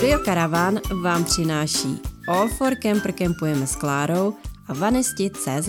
Studio Karavan vám přináší All for Camper Campujeme s Klárou a Vanisti.cz.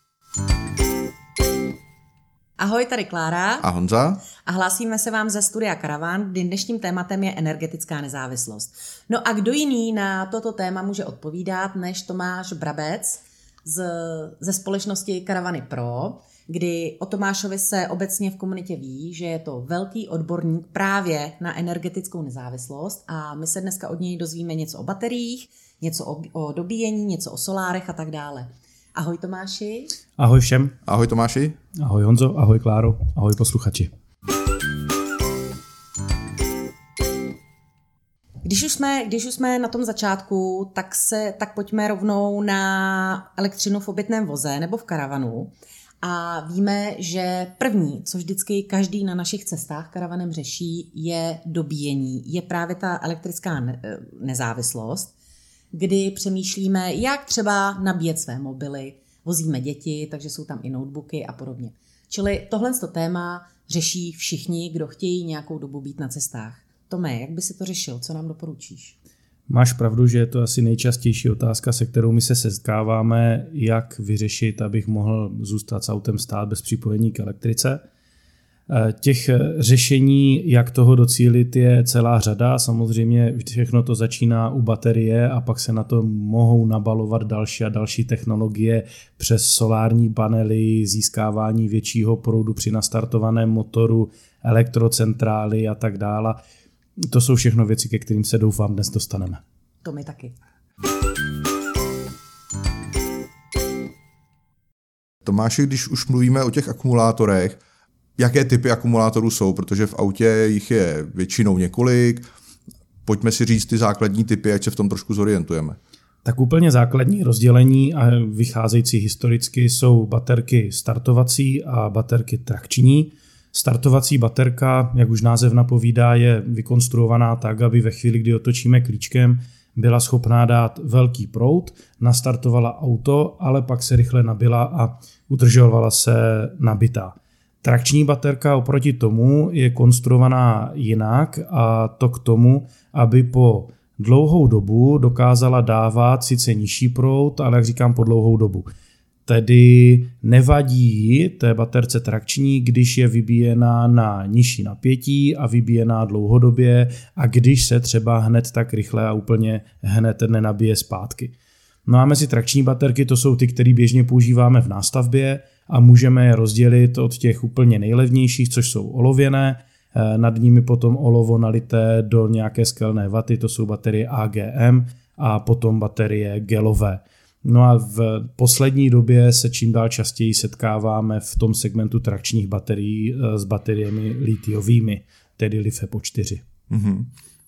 Ahoj, tady Klára a Honza a hlásíme se vám ze Studia Karavan, kdy dnešním tématem je energetická nezávislost. No a kdo jiný na toto téma může odpovídat než Tomáš Brabec ze společnosti Karavany Pro, kdy o Tomášovi se obecně v komunitě ví, že je to velký odborník právě na energetickou nezávislost a my se dneska od něj dozvíme něco o bateriích, něco o dobíjení, něco o solárech a tak dále. Ahoj Tomáši. Ahoj všem. Ahoj Tomáši. Ahoj Honzo, ahoj Kláro, ahoj posluchači. Když už jsme na tom začátku, tak pojďme rovnou na elektřinu v obytném voze nebo v karavanu. A víme, že první, co vždycky každý na našich cestách karavanem řeší, je dobíjení. Je právě ta elektrická nezávislost, kdy přemýšlíme, jak třeba nabíjet své mobily, vozíme děti, takže jsou tam i notebooky a podobně. Čili tohle téma řeší všichni, kdo chtějí nějakou dobu být na cestách. Tome, jak by si to řešil? Co nám doporučíš? Máš pravdu, že je to asi nejčastější otázka, se kterou my se setkáváme, jak vyřešit, abych mohl zůstat s autem stát bez připojení k elektrice. Těch řešení, jak toho docílit, je celá řada. Samozřejmě všechno to začíná u baterie a pak se na to mohou nabalovat další a další technologie přes solární panely, získávání většího proudu při nastartovaném motoru, elektrocentrály a tak dále. To jsou všechno věci, ke kterým se doufám dnes dostaneme. To my taky. Tomáši, když už mluvíme o těch akumulátorech, jaké typy akumulátorů jsou, protože v autě jich je většinou několik. Pojďme si říct ty základní typy, ať se v tom trošku zorientujeme. Tak úplně základní rozdělení a vycházející historicky jsou baterky startovací a baterky trakční. Startovací baterka, jak už název napovídá, je vykonstruovaná tak, aby ve chvíli, kdy otočíme klíčkem, byla schopná dát velký proud, nastartovala auto, ale pak se rychle nabila a udržovala se nabitá. Trakční baterka oproti tomu je konstruovaná jinak a to k tomu, aby po dlouhou dobu dokázala dávat sice nižší proud, ale jak říkám po dlouhou dobu. Tedy nevadí té baterce trakční, když je vybíjená na nižší napětí a vybíjená dlouhodobě a když se třeba hned tak rychle a úplně hned nenabije zpátky. No a mezi trakční baterky to jsou ty, které běžně používáme v nástavbě a můžeme je rozdělit od těch úplně nejlevnějších, což jsou olověné, nad nimi potom olovo nalité do nějaké skelné vaty, to jsou baterie AGM a potom baterie gelové. No a v poslední době se čím dál častěji setkáváme v tom segmentu trakčních baterií s bateriemi litiovými, tedy LiFePO 4. Mm-hmm.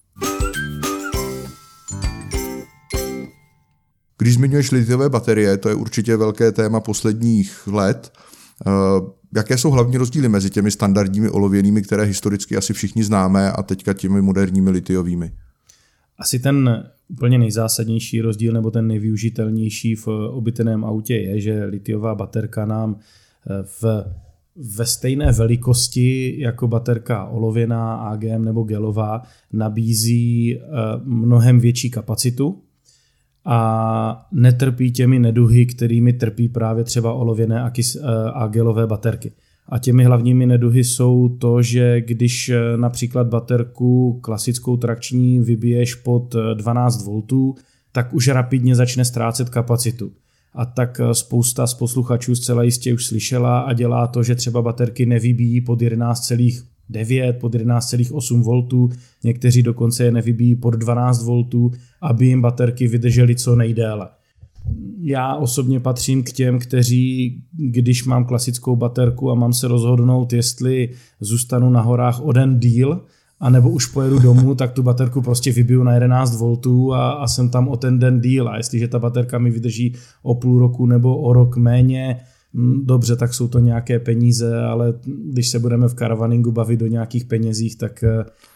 Když zmiňuješ litiové baterie, to je určitě velké téma posledních let. Jaké jsou hlavní rozdíly mezi těmi standardními olověnými, které historicky asi všichni známe, a teďka těmi moderními litiovými? Asi ten úplně nejzásadnější rozdíl nebo ten nejvyužitelnější v obytném autě je, že litiová baterka nám ve stejné velikosti jako baterka olověná, AGM nebo gelová nabízí mnohem větší kapacitu a netrpí těmi neduhy, kterými trpí právě třeba olověné a gelové baterky. A těmi hlavními neduhy jsou to, že když například baterku klasickou trakční vybiješ pod 12 V, tak už rapidně začne ztrácet kapacitu. A tak spousta z posluchačů zcela jistě už slyšela a dělá to, že třeba baterky nevybíjí pod 11,9, pod 11,8 V, někteří dokonce je nevybíjí pod 12 V, aby jim baterky vydržely co nejdéle. Já osobně patřím k těm, kteří, když mám klasickou baterku a mám se rozhodnout, jestli zůstanu na horách o den díl, anebo už pojedu domů, tak tu baterku prostě vybiju na 11 V a jsem tam o ten den díl. A jestliže ta baterka mi vydrží o půl roku nebo o rok méně, dobře, tak jsou to nějaké peníze, ale když se budeme v karavaningu bavit o nějakých penězích, tak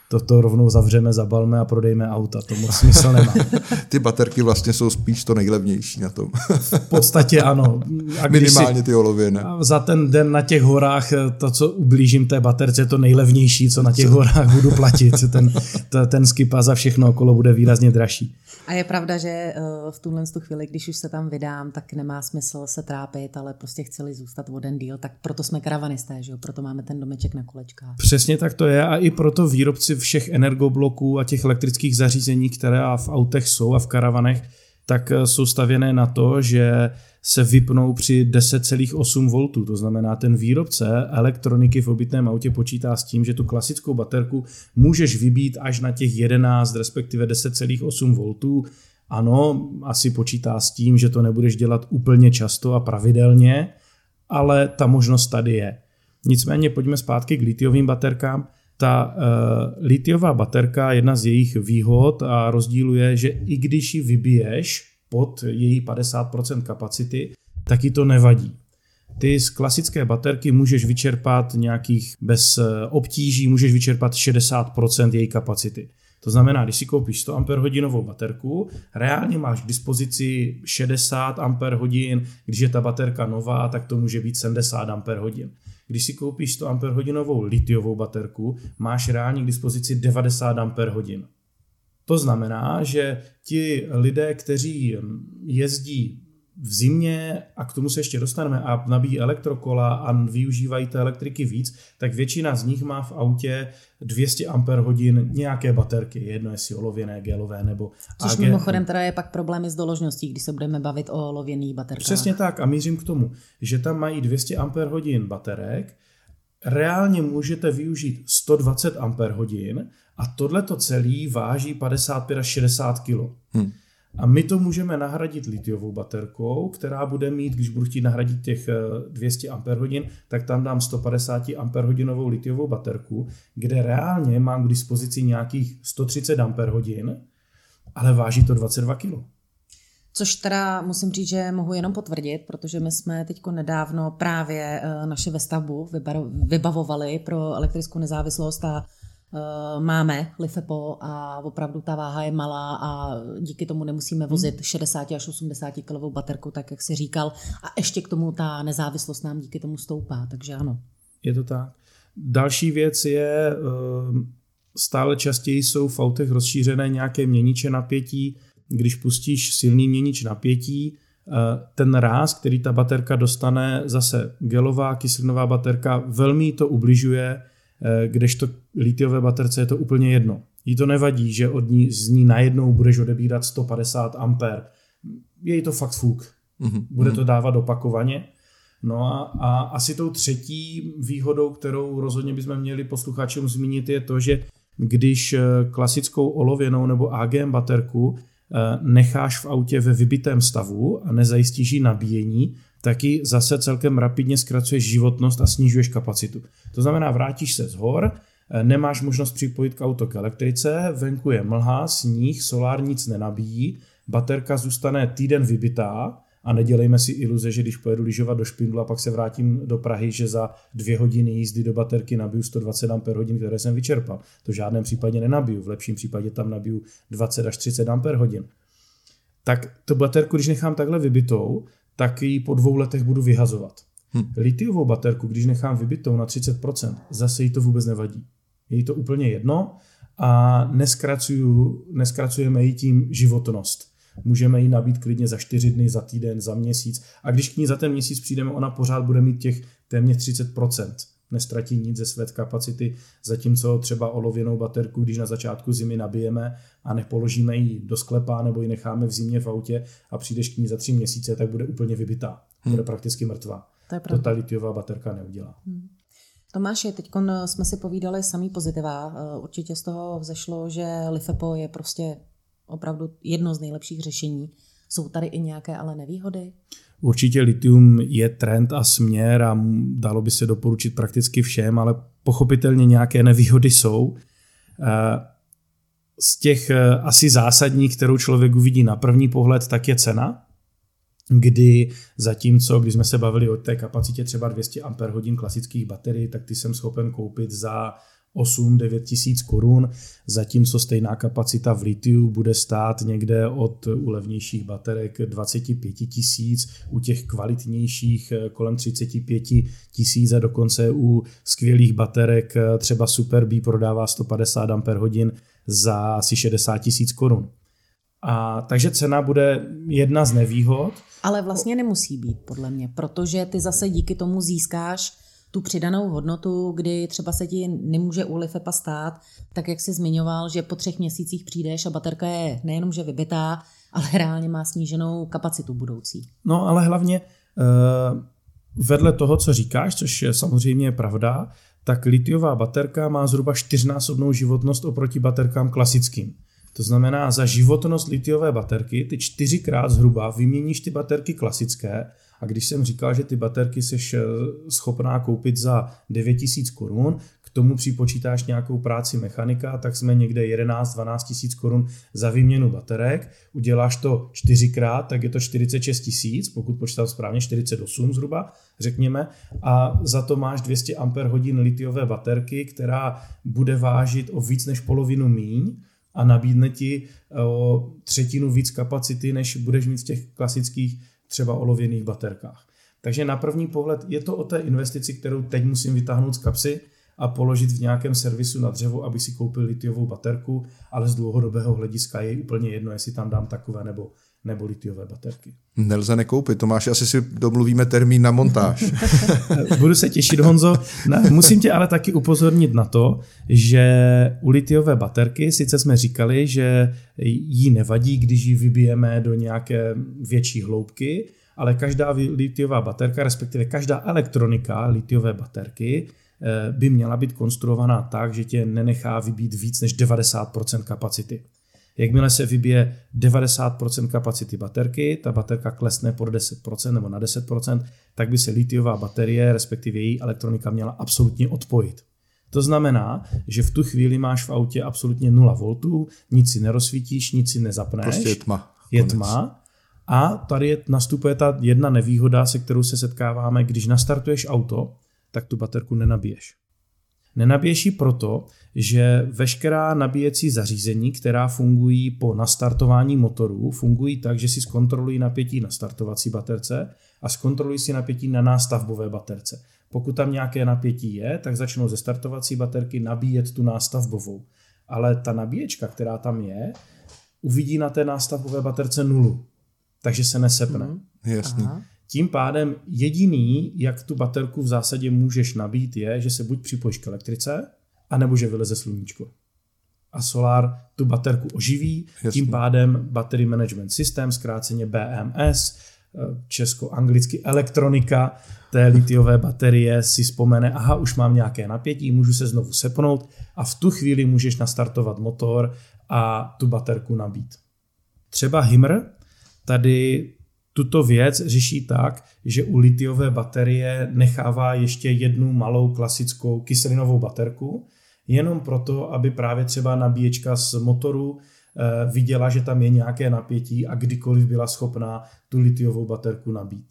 to rovnou zavřeme, zabalme a prodejme auta. To moc smysl nemá. Ty baterky vlastně jsou spíš to nejlevnější na tom. V podstatě ano. A minimálně ty olověné. Za ten den na těch horách, to, co ublížím té baterce, je to nejlevnější, co na těch horách budu platit. Ten skip a za všechno okolo bude výrazně dražší. A je pravda, že v tuhle chvíli, když už se tam vydám, tak nemá smysl se trápit, ale prostě chci zůstat o den díl, tak proto jsme karavanisté, že jo? Proto máme ten domeček na kolečkách. Přesně tak to je a i proto výrobci všech energobloků a těch elektrických zařízení, které v autech jsou a v karavanech, tak jsou stavěné na to, že se vypnou při 10,8 V. To znamená, ten výrobce elektroniky v obytném autě počítá s tím, že tu klasickou baterku můžeš vybít až na těch 11, respektive 10,8 V. Ano, asi počítá s tím, že to nebudeš dělat úplně často a pravidelně, ale ta možnost tady je. Nicméně pojďme zpátky k litiovým baterkám. Ta litiová baterka, jedna z jejich výhod a rozdílu je, že i když ji vybiješ pod její 50% kapacity, tak ji to nevadí. Ty z klasické baterky můžeš vyčerpat nějakých bez obtíží, můžeš vyčerpat 60% její kapacity. To znamená, když si koupíš 100 Ah baterku, reálně máš k dispozici 60 Ah, když je ta baterka nová, tak to může být 70 Ah. Když si koupíš 100 Ah litiovou baterku, máš reálně k dispozici 90 Ah. To znamená, že ti lidé, kteří jezdí v zimě a k tomu se ještě dostaneme a nabíjí elektrokola a využívají té elektriky víc, tak většina z nich má v autě 200 Ah nějaké baterky, jedno jestli olověné, gelové nebo AG. Což mimochodem teda je pak problémy s doložností, když se budeme bavit o olověných baterkách. Přesně tak a mířím k tomu, že tam mají 200 Ah baterek, reálně můžete využít 120 Ah a tohleto celé váží 55 až 60 kg. A my to můžeme nahradit litiovou baterkou, která bude mít, když budu chtít nahradit těch 200 Ah, tak tam dám 150 Ah litiovou baterku, kde reálně mám k dispozici nějakých 130 Ah, ale váží to 22 kg. Což teda musím říct, že mohu jenom potvrdit, protože my jsme teďko nedávno právě naše vestavbu vybavovali pro elektrickou nezávislost a máme LiFePO a opravdu ta váha je malá a díky tomu nemusíme vozit 60 až 80 kg baterku, tak jak jsi říkal, a ještě k tomu ta nezávislost nám díky tomu stoupá, takže ano. Je to tak. Další věc je, stále častěji jsou v autech rozšířené nějaké měniče napětí. Když pustíš silný měnič napětí, ten ráz, který ta baterka dostane, zase gelová, kyselinová baterka, velmi to ubližuje, kdežto litiové baterce je to úplně jedno. Jí to nevadí, že z ní najednou budeš odebírat 150 A. Je jí to fakt fuk. Bude to dávat opakovaně. No a asi tou třetí výhodou, kterou rozhodně bychom měli posluchačům zmínit, je to, že když klasickou olověnou nebo AGM baterku necháš v autě ve vybitém stavu a nezajistíš jí nabíjení, tak ji zase celkem rapidně zkracuješ životnost a snižuješ kapacitu. To znamená, vrátíš se z hor, nemáš možnost připojit k auto k elektrice, venku je mlha, sníh, solár nic nenabíjí, baterka zůstane týden vybitá a nedělejme si iluze, že když pojedu lyžovat do Špindlu a pak se vrátím do Prahy, že za 2 hodiny jízdy do baterky nabiju 120 Ah, které jsem vyčerpal. To v žádném případě nenabiju, v lepším případě tam nabiju 20 až 30 Ah. Tak tu baterku, když nechám takhle vybitou, tak ji po 2 letech budu vyhazovat. Litiovou baterku, když nechám vybitou na 30%, zase jí to vůbec nevadí. Je jí to úplně jedno a neskracujeme jí tím životnost. Můžeme ji nabít klidně za 4 dny, za týden, za měsíc. A když k ní za ten měsíc přijdeme, ona pořád bude mít těch téměř 30%. Nestratí nic ze své kapacity, zatímco třeba olověnou baterku, když na začátku zimy nabijeme a nepoložíme ji do sklepa nebo ji necháme v zimě v autě a přijdeš k ní za 3 měsíce, tak bude úplně vybitá. Bude prakticky mrtvá. To ta litiová baterka neudělá. Tomáši, teď jsme si povídali samý pozitiva. Určitě z toho vzešlo, že LiFePO je prostě opravdu jedno z nejlepších řešení. Jsou tady i nějaké ale nevýhody? Určitě litium je trend a směr a dalo by se doporučit prakticky všem, ale pochopitelně nějaké nevýhody jsou. Z těch asi zásadních, kterou člověk uvidí na první pohled, tak je cena, kdy zatímco, když jsme se bavili o té kapacitě třeba 200 Ah klasických baterií, tak ty jsem schopen koupit za 8-9 tisíc korun, zatímco stejná kapacita v litiu bude stát někde u levnějších baterek 25 tisíc, u těch kvalitnějších kolem 35 tisíc a dokonce u skvělých baterek třeba Superbee prodává 150 Ah za asi 60 tisíc korun. A takže cena bude jedna z nevýhod. Ale vlastně nemusí být, podle mě, protože ty zase díky tomu získáš tu přidanou hodnotu, kdy třeba se ti nemůže u Lifepa stát, tak jak jsi zmiňoval, že po 3 měsících přijdeš a baterka je nejenom že vybitá, ale reálně má sníženou kapacitu budoucí. No ale hlavně vedle toho, co říkáš, což je samozřejmě pravda, tak litiová baterka má zhruba 4násobnou životnost oproti baterkám klasickým. To znamená, za životnost litiové baterky ty 4krát zhruba vyměníš ty baterky klasické a když jsem říkal, že ty baterky jsi schopná koupit za 9 tisíc korun, k tomu připočítáš nějakou práci mechanika, tak jsme někde 11-12 tisíc korun za výměnu baterek. Uděláš to 4krát, tak je to 46 tisíc, pokud počítám správně 48 zhruba, řekněme, a za to máš 200 Ah litiové baterky, která bude vážit o víc než polovinu míň a nabídne ti o 1/3 víc kapacity, než budeš mít v těch klasických třeba olověných baterkách. Takže na první pohled je to o té investici, kterou teď musím vytáhnout z kapsy a položit v nějakém servisu na dřevo, aby si koupil litiovou baterku, ale z dlouhodobého hlediska je úplně jedno, jestli tam dám takové nebo litiové baterky. Nelze nekoupit, Tomáš, asi si domluvíme termín na montáž. Budu se těšit, Honzo. Musím tě ale taky upozornit na to, že u litiové baterky sice jsme říkali, že jí nevadí, když ji vybijeme do nějaké větší hloubky, ale každá litiová baterka, respektive každá elektronika litiové baterky by měla být konstruovaná tak, že tě nenechá vybít víc než 90% kapacity. Jakmile se vybije 90% kapacity baterky, ta baterka klesne pod 10% nebo na 10%, tak by se litiová baterie, respektive její elektronika měla absolutně odpojit. To znamená, že v tu chvíli máš v autě absolutně 0 V, nic si nerozsvítíš, nic si nezapneš. Prostě je tma. Je tma. A tady nastupuje ta jedna nevýhoda, se kterou se setkáváme, když nastartuješ auto, tak tu baterku nenabiješ. Nenabiješ ji proto, že veškerá nabíjecí zařízení, která fungují po nastartování motoru, fungují tak, že si zkontrolují napětí na startovací baterce a zkontrolují si napětí na nástavbové baterce. Pokud tam nějaké napětí je, tak začnou ze startovací baterky nabíjet tu nástavbovou. Ale ta nabíječka, která tam je, uvidí na té nástavbové baterce 0, takže se nesepne. Jasný. Aha. Tím pádem jediný, jak tu baterku v zásadě můžeš nabít, je, že se buď připojíš k elektrice, anebo že vyleze sluníčko. A solár tu baterku oživí, Jasný. tím pádem Battery Management System, zkráceně BMS, česko-anglicky elektronika té litiové baterie si vzpomene, aha, už mám nějaké napětí, můžu se znovu sepnout a v tu chvíli můžeš nastartovat motor a tu baterku nabít. Třeba Himr tady tuto věc řeší tak, že u litiové baterie nechává ještě jednu malou klasickou kyselinovou baterku, jenom proto, aby právě třeba nabíječka z motoru viděla, že tam je nějaké napětí a kdykoliv byla schopná tu litiovou baterku nabít.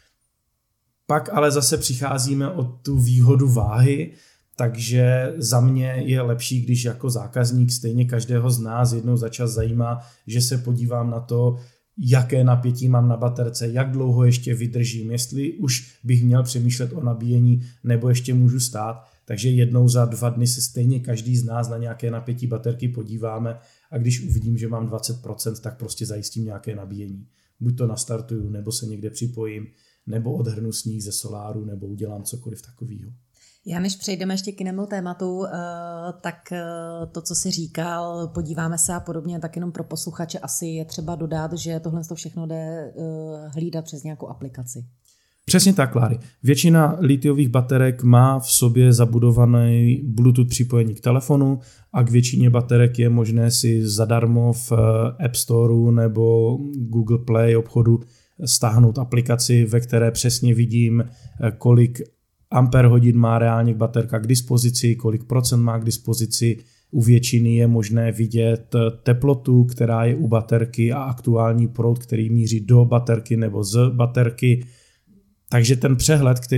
Pak ale zase přicházíme o tu výhodu váhy, takže za mě je lepší, když jako zákazník stejně každého z nás jednou za čas zajímá, že se podívám na to, jaké napětí mám na baterce, jak dlouho ještě vydržím, jestli už bych měl přemýšlet o nabíjení, nebo ještě můžu stát. Takže jednou za 2 dny se stejně každý z nás na nějaké napětí baterky podíváme a když uvidím, že mám 20%, tak prostě zajistím nějaké nabíjení. Buď to nastartuju, nebo se někde připojím, nebo odhrnu sníh ze soláru, nebo udělám cokoliv takového. Já než přejdeme ještě k jinému tématu, tak to, co jsi říkal, podíváme se a podobně, tak jenom pro posluchače asi je třeba dodat, že tohle všechno jde hlídat přes nějakou aplikaci. Přesně tak, Kláry. Většina litiových baterek má v sobě zabudované Bluetooth připojení k telefonu a k většině baterek je možné si zadarmo v App Storeu nebo Google Play obchodu stáhnout aplikaci, ve které přesně vidím, kolik amperhodin má reálně baterka k dispozici, kolik procent má k dispozici. U většiny je možné vidět teplotu, která je u baterky a aktuální proud, který míří do baterky nebo z baterky. Takže ten přehled, který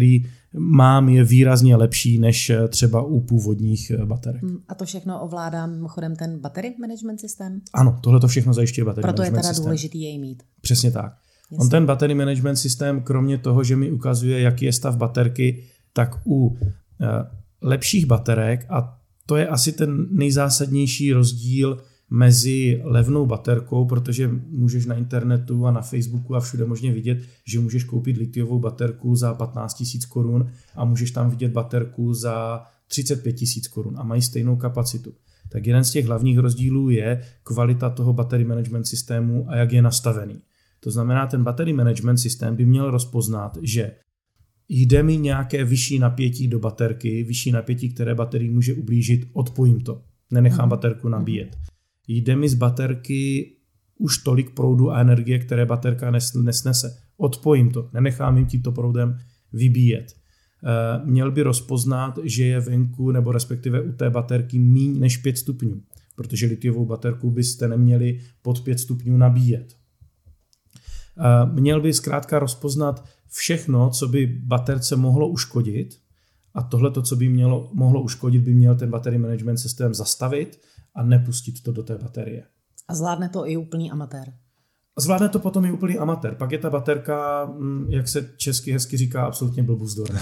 je výrazně lepší než třeba u původních baterek. A to všechno ovládá mimochodem ten battery management systém? Ano, tohle to všechno zajišťuje battery Proto management je teda systém. důležitý jej mít. Přesně tak. On ten battery management systém, kromě toho, že mi ukazuje, jaký je stav baterky, tak u lepších baterek, a to je asi ten nejzásadnější rozdíl mezi levnou baterkou, protože můžeš na internetu a na Facebooku a všude možně vidět, že můžeš koupit litiovou baterku za 15 000 korun a můžeš tam vidět baterku za 35 000 korun a mají stejnou kapacitu. Tak jeden z těch hlavních rozdílů je kvalita toho battery management systému a jak je nastavený. To znamená, ten battery management systém by měl rozpoznat, že jde mi nějaké vyšší napětí do baterky, vyšší napětí, které baterii může ublížit, odpojím to. Nenechám baterku nabíjet. Jde mi z baterky už tolik proudu a energie, které baterka nesnese. Odpojím to. Nenechám jim tímto proudem vybíjet. Měl by rozpoznat, že je venku, nebo respektive u té baterky míň než 5 stupňů. Protože litiovou baterku byste neměli pod 5 stupňů nabíjet. Měl by zkrátka rozpoznat všechno, co by baterce mohlo uškodit, a tohle, co by mohlo uškodit, by měl ten battery management systém zastavit a nepustit to do té baterie. A zvládne to i úplný amatér. Zvládne to potom i úplný amatér. Pak je ta baterka, jak se česky hezky říká, absolutně blbuzdorná.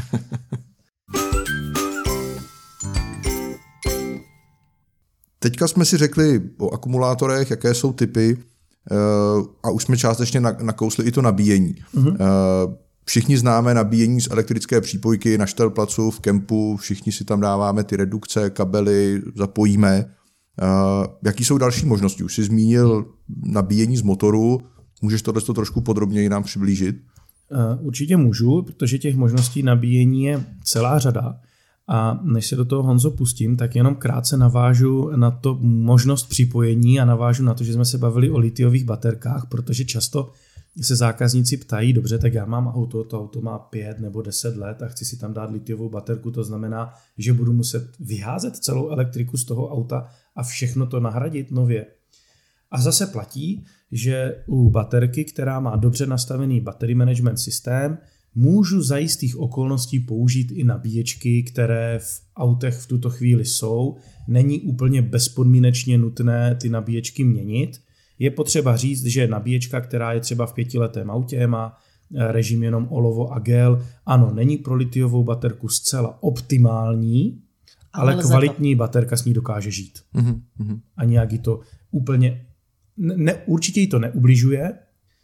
Teďka jsme si řekli o akumulátorech, jaké jsou typy, a už jsme částečně nakousli i to nabíjení. Všichni známe nabíjení z elektrické přípojky na štelplacu, v kempu, všichni si tam dáváme ty redukce, kabely, zapojíme. Jaký jsou další možnosti? Už jsi zmínil nabíjení z motoru, můžeš tohle trošku podrobněji nám přiblížit? Určitě můžu, protože těch možností nabíjení je celá řada. A než se do toho, Honzo, pustím, tak jenom krátce navážu na to možnost připojení a navážu na to, že jsme se bavili o litiových baterkách, protože často se zákazníci ptají, dobře, tak já mám auto, to auto má 5 nebo 10 let a chci si tam dát litiovou baterku, to znamená, že budu muset vyházet celou elektriku z toho auta a všechno to nahradit nově. A zase platí, že u baterky, která má dobře nastavený battery management systém, můžu za jistých okolností použít i nabíječky, které v autech v tuto chvíli jsou. Není úplně bezpodmínečně nutné ty nabíječky měnit. Je potřeba říct, že nabíječka, která je třeba v 5letém autě, má režim jenom olovo a gel. Ano, není pro litiovou baterku zcela optimální, ale kvalitní baterka s ní dokáže žít. A nějak jí to úplně, určitě jí to neubližuje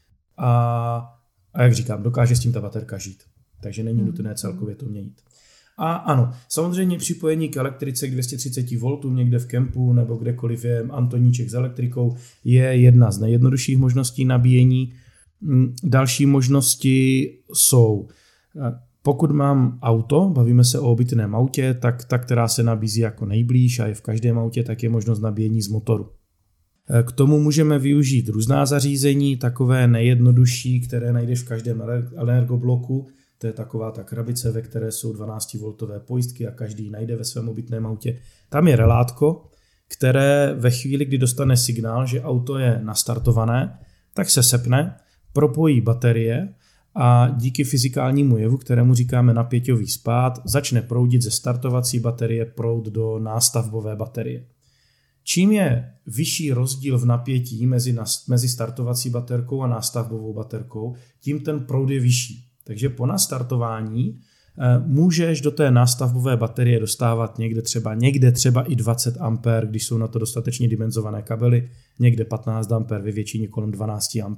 a jak říkám, dokáže s tím ta baterka žít. Takže není nutné celkově to měnit. A ano, samozřejmě připojení k elektrice k 230 V někde v kempu nebo kdekoliv je Antoníček s elektrikou je jedna z nejjednodušších možností nabíjení. Další možnosti jsou, pokud mám auto, bavíme se o obytném autě, tak ta, která se nabízí jako nejblíž a je v každém autě, tak je možnost nabíjení z motoru. K tomu můžeme využít různá zařízení, takové nejjednodušší, které najdeš v každém energobloku. To je taková ta krabice, ve které jsou 12V pojistky a každý najde ve svém obytném autě. Tam je relátko, které ve chvíli, kdy dostane signál, že auto je nastartované, tak se sepne, propojí baterie a díky fyzikálnímu jevu, kterému říkáme napěťový spád, začne proudit ze startovací baterie proud do nástavbové baterie. Čím je vyšší rozdíl v napětí mezi startovací baterkou a nástavbovou baterkou, tím ten proud je vyšší. Takže po nastartování můžeš do té nástavbové baterie dostávat někde třeba i 20 A, když jsou na to dostatečně dimenzované kabely, někde 15 A, ve většině kolem 12 A.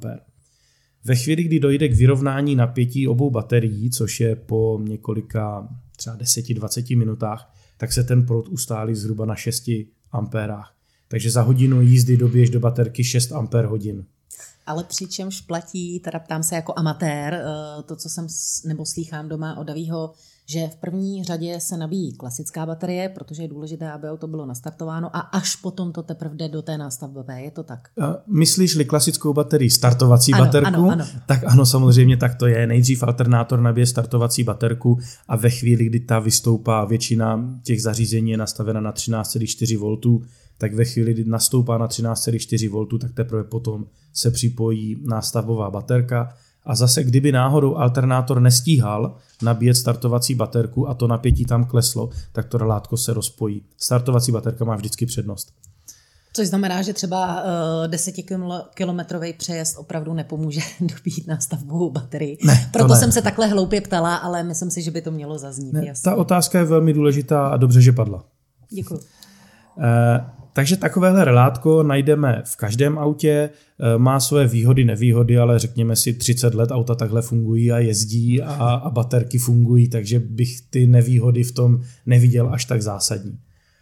Ve chvíli, kdy dojde k vyrovnání napětí obou baterií, což je po několika třeba 10-20 minutách, tak se ten proud ustálí zhruba na 6 ampérách. Takže za hodinu jízdy doběž do baterky 6 ampér hodin. Ale přičemž platí, teda ptám se jako amatér, to, co jsem slýchám doma od Davího, že v první řadě se nabíjí klasická baterie, protože je důležité, aby auto bylo nastartováno a až potom to teprve jde do té nástavbové, je to tak? Myslíš-li klasickou baterii startovací baterku? Ano. Tak ano, samozřejmě tak to je. Nejdřív alternátor nabije startovací baterku a ve chvíli, kdy ta vystoupá, většina těch zařízení je nastavena na 13,4 V, tak ve chvíli, kdy nastoupá na 13,4 V, tak teprve potom se připojí nástavbová baterka A zase, kdyby náhodou alternátor nestíhal nabíjet startovací baterku a to napětí tam kleslo, tak to relátko se rozpojí. Startovací baterka má vždycky přednost. Což znamená, že třeba 10kilometrový přejezd opravdu nepomůže dobít nástavbovou baterii. Proto jsem se takhle hloupě ptala, ale myslím si, že by to mělo zaznít. Ta otázka je velmi důležitá a dobře, že padla. Děkuji. Takže takovéhle relátko najdeme v každém autě, má své výhody, nevýhody, ale řekněme si 30 let auta takhle fungují a jezdí a baterky fungují, takže bych ty nevýhody v tom neviděl až tak zásadní.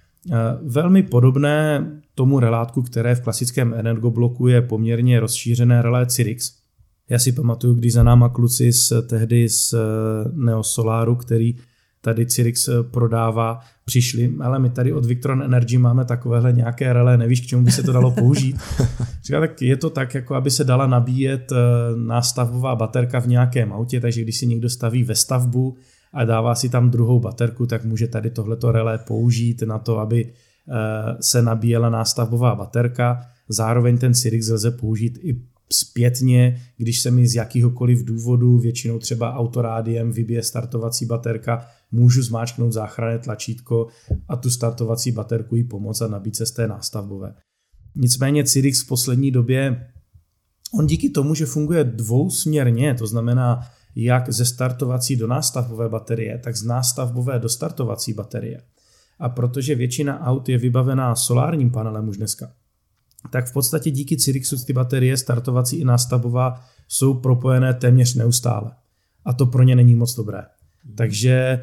Velmi podobné tomu relátku, které v klasickém energobloku je poměrně rozšířené relé Cyrix. Já si pamatuju, když za náma kluci tehdy z Neosolaru, který tady Cyrix prodává, přišli, ale my tady od Victron Energy máme takovéhle nějaké relé, nevíš, k čemu by se to dalo použít. Říká, tak je to tak, jako aby se dala nabíjet nástavbová baterka v nějakém autě, takže když si někdo staví ve stavbu a dává si tam druhou baterku, tak může tady tohleto relé použít na to, aby se nabíjela nástavbová baterka. Zároveň ten Cyrix lze použít i zpětně, když se mi z jakýhokoliv důvodu, většinou třeba autorádiem, vybije startovací baterka, můžu zmáčknout záchranné tlačítko a tu startovací baterku jí pomoct a nabít se z té nástavbové. Nicméně Cyrix v poslední době, on díky tomu, že funguje dvousměrně, to znamená jak ze startovací do nástavbové baterie, tak z nástavbové do startovací baterie. A protože většina aut je vybavená solárním panelem už dneska, tak v podstatě díky Cyrixu ty baterie startovací i nástavbová jsou propojené téměř neustále. A to pro ně není moc dobré. Takže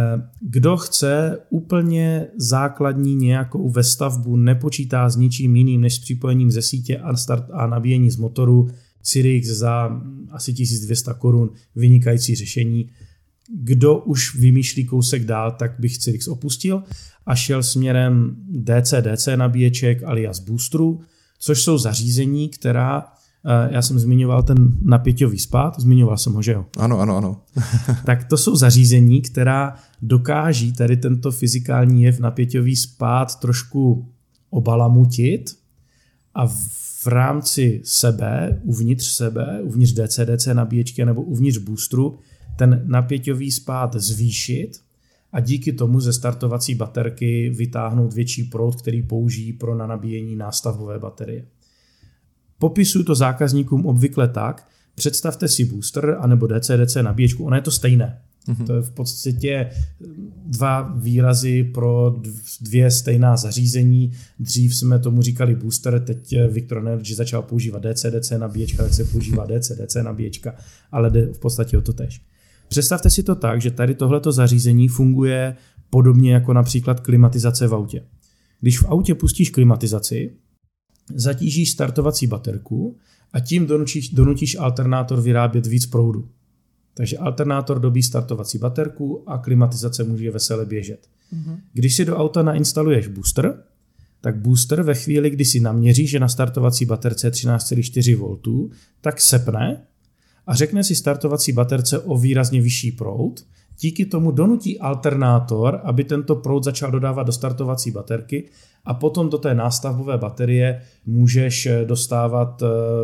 kdo chce úplně základní nějakou vestavbu, nepočítá s ničím jiným než s připojením ze sítě a nabíjení z motoru, Cyrix za asi 1200 korun, vynikající řešení. Kdo už vymýšlí kousek dál, tak bych Cyrix opustil a šel směrem DC-DC nabíječek alias boosterů, což jsou zařízení, která, já jsem zmiňoval ten napěťový spád, zmiňoval jsem ho, že jo? Ano. Tak to jsou zařízení, která dokáží tady tento fyzikální jev napěťový spád trošku obalamutit a v rámci sebe, uvnitř DC-DC nabíječky nebo uvnitř boosteru, ten napěťový spád zvýšit a díky tomu ze startovací baterky vytáhnout větší proud, který použijí pro nabíjení nástavbové baterie. Popisuju to zákazníkům obvykle tak, představte si booster anebo DC-DC nabíječku, ono je to stejné. To je v podstatě dva výrazy pro dvě stejná zařízení. Dřív jsme tomu říkali booster, teď Victron Energy začal používat DC-DC nabíječka, tak se používá DC-DC nabíječka, ale jde v podstatě o to též. Představte si to tak, že tady tohleto zařízení funguje podobně jako například klimatizace v autě. Když v autě pustíš klimatizaci, zatížíš startovací baterku a tím donutíš alternátor vyrábět víc proudu. Takže alternátor dobí startovací baterku a klimatizace může vesele běžet. Když si do auta nainstaluješ booster, tak booster ve chvíli, kdy si naměří, že na startovací baterce je 13,4 V, tak sepne a řekne si startovací baterce o výrazně vyšší proud. Díky tomu donutí alternátor, aby tento proud začal dodávat do startovací baterky a potom do té nástavbové baterie můžeš dostávat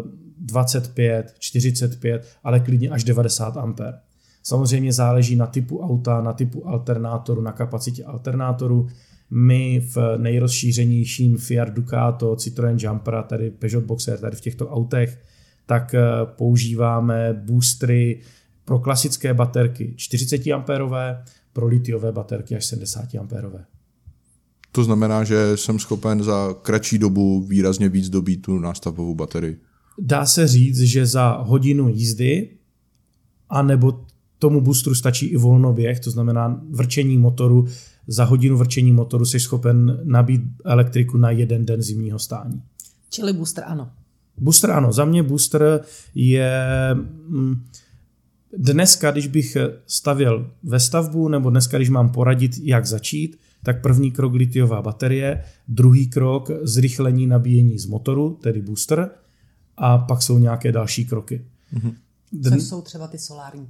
25, 45, ale klidně až 90 A. Samozřejmě záleží na typu auta, na typu alternátoru, na kapacitě alternátoru. My v nejrozšířenějším Fiat Ducato, Citroën Jumpera, tady Peugeot Boxer, tady v těchto autech, tak používáme boostery pro klasické baterky 40 A, pro litiové baterky až 70 A. To znamená, že jsem schopen za kratší dobu výrazně víc dobít tu nástavbovou baterii. Dá se říct, že za hodinu jízdy, anebo tomu boostru stačí i volnoběh, to znamená vrčení motoru, za hodinu vrčení motoru jsi schopen nabít elektriku na jeden den zimního stání. Čili booster ano. Booster ano, za mě booster je dneska, když bych stavěl ve stavbu, nebo dneska, když mám poradit, jak začít, tak první krok litiová baterie, druhý krok zrychlení nabíjení z motoru, tedy booster, a pak jsou nějaké další kroky. Což jsou třeba ty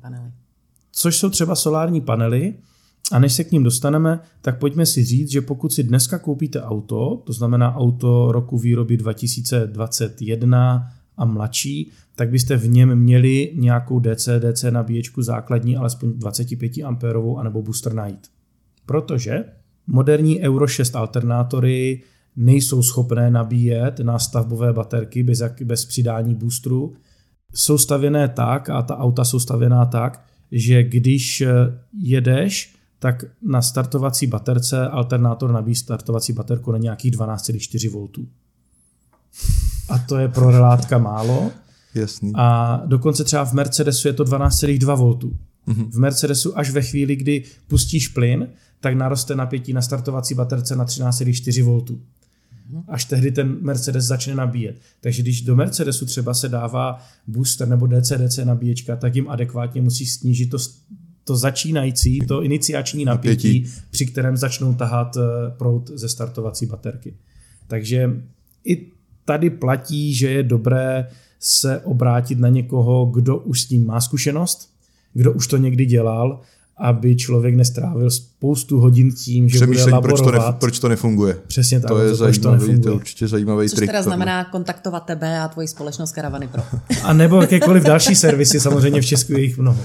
solární panely. A než se k ním dostaneme, tak pojďme si říct, že pokud si dneska koupíte auto, to znamená auto roku výroby 2021 a mladší, tak byste v něm měli nějakou DC nabíječku základní, alespoň 25 A anebo booster najít. Protože moderní Euro 6 alternátory nejsou schopné nabíjet na stavbové baterky bez přidání boosteru. Jsou stavěné tak, a ta auta jsou stavěná tak, že když jedeš, tak na startovací baterce alternátor nabíjí startovací baterku na nějakých 12,4 V. A to je pro relátka málo. Jasný. A dokonce třeba v Mercedesu je to 12,2 V. V Mercedesu až ve chvíli, kdy pustíš plyn, tak naroste napětí na startovací baterce na 13,4 V. Až tehdy ten Mercedes začne nabíjet. Takže když do Mercedesu třeba se dává booster nebo DC nabíječka, tak jim adekvátně musí snížit to začínající, to iniciační napětí, při kterém začnou tahat proud ze startovací baterky. Takže i tady platí, že je dobré se obrátit na někoho, kdo už s tím má zkušenost, kdo už to někdy dělal, aby člověk nestrávil spoustu hodin tím, že bude laborovat. Proč to nefunguje. Přesně tak. To je zajímavý, to je určitě zajímavý což trik. Což teda znamená kontaktovat tebe a tvoji společnost Karavany Pro. A nebo jakékoliv další servisy, samozřejmě v Česku je jich mnoho.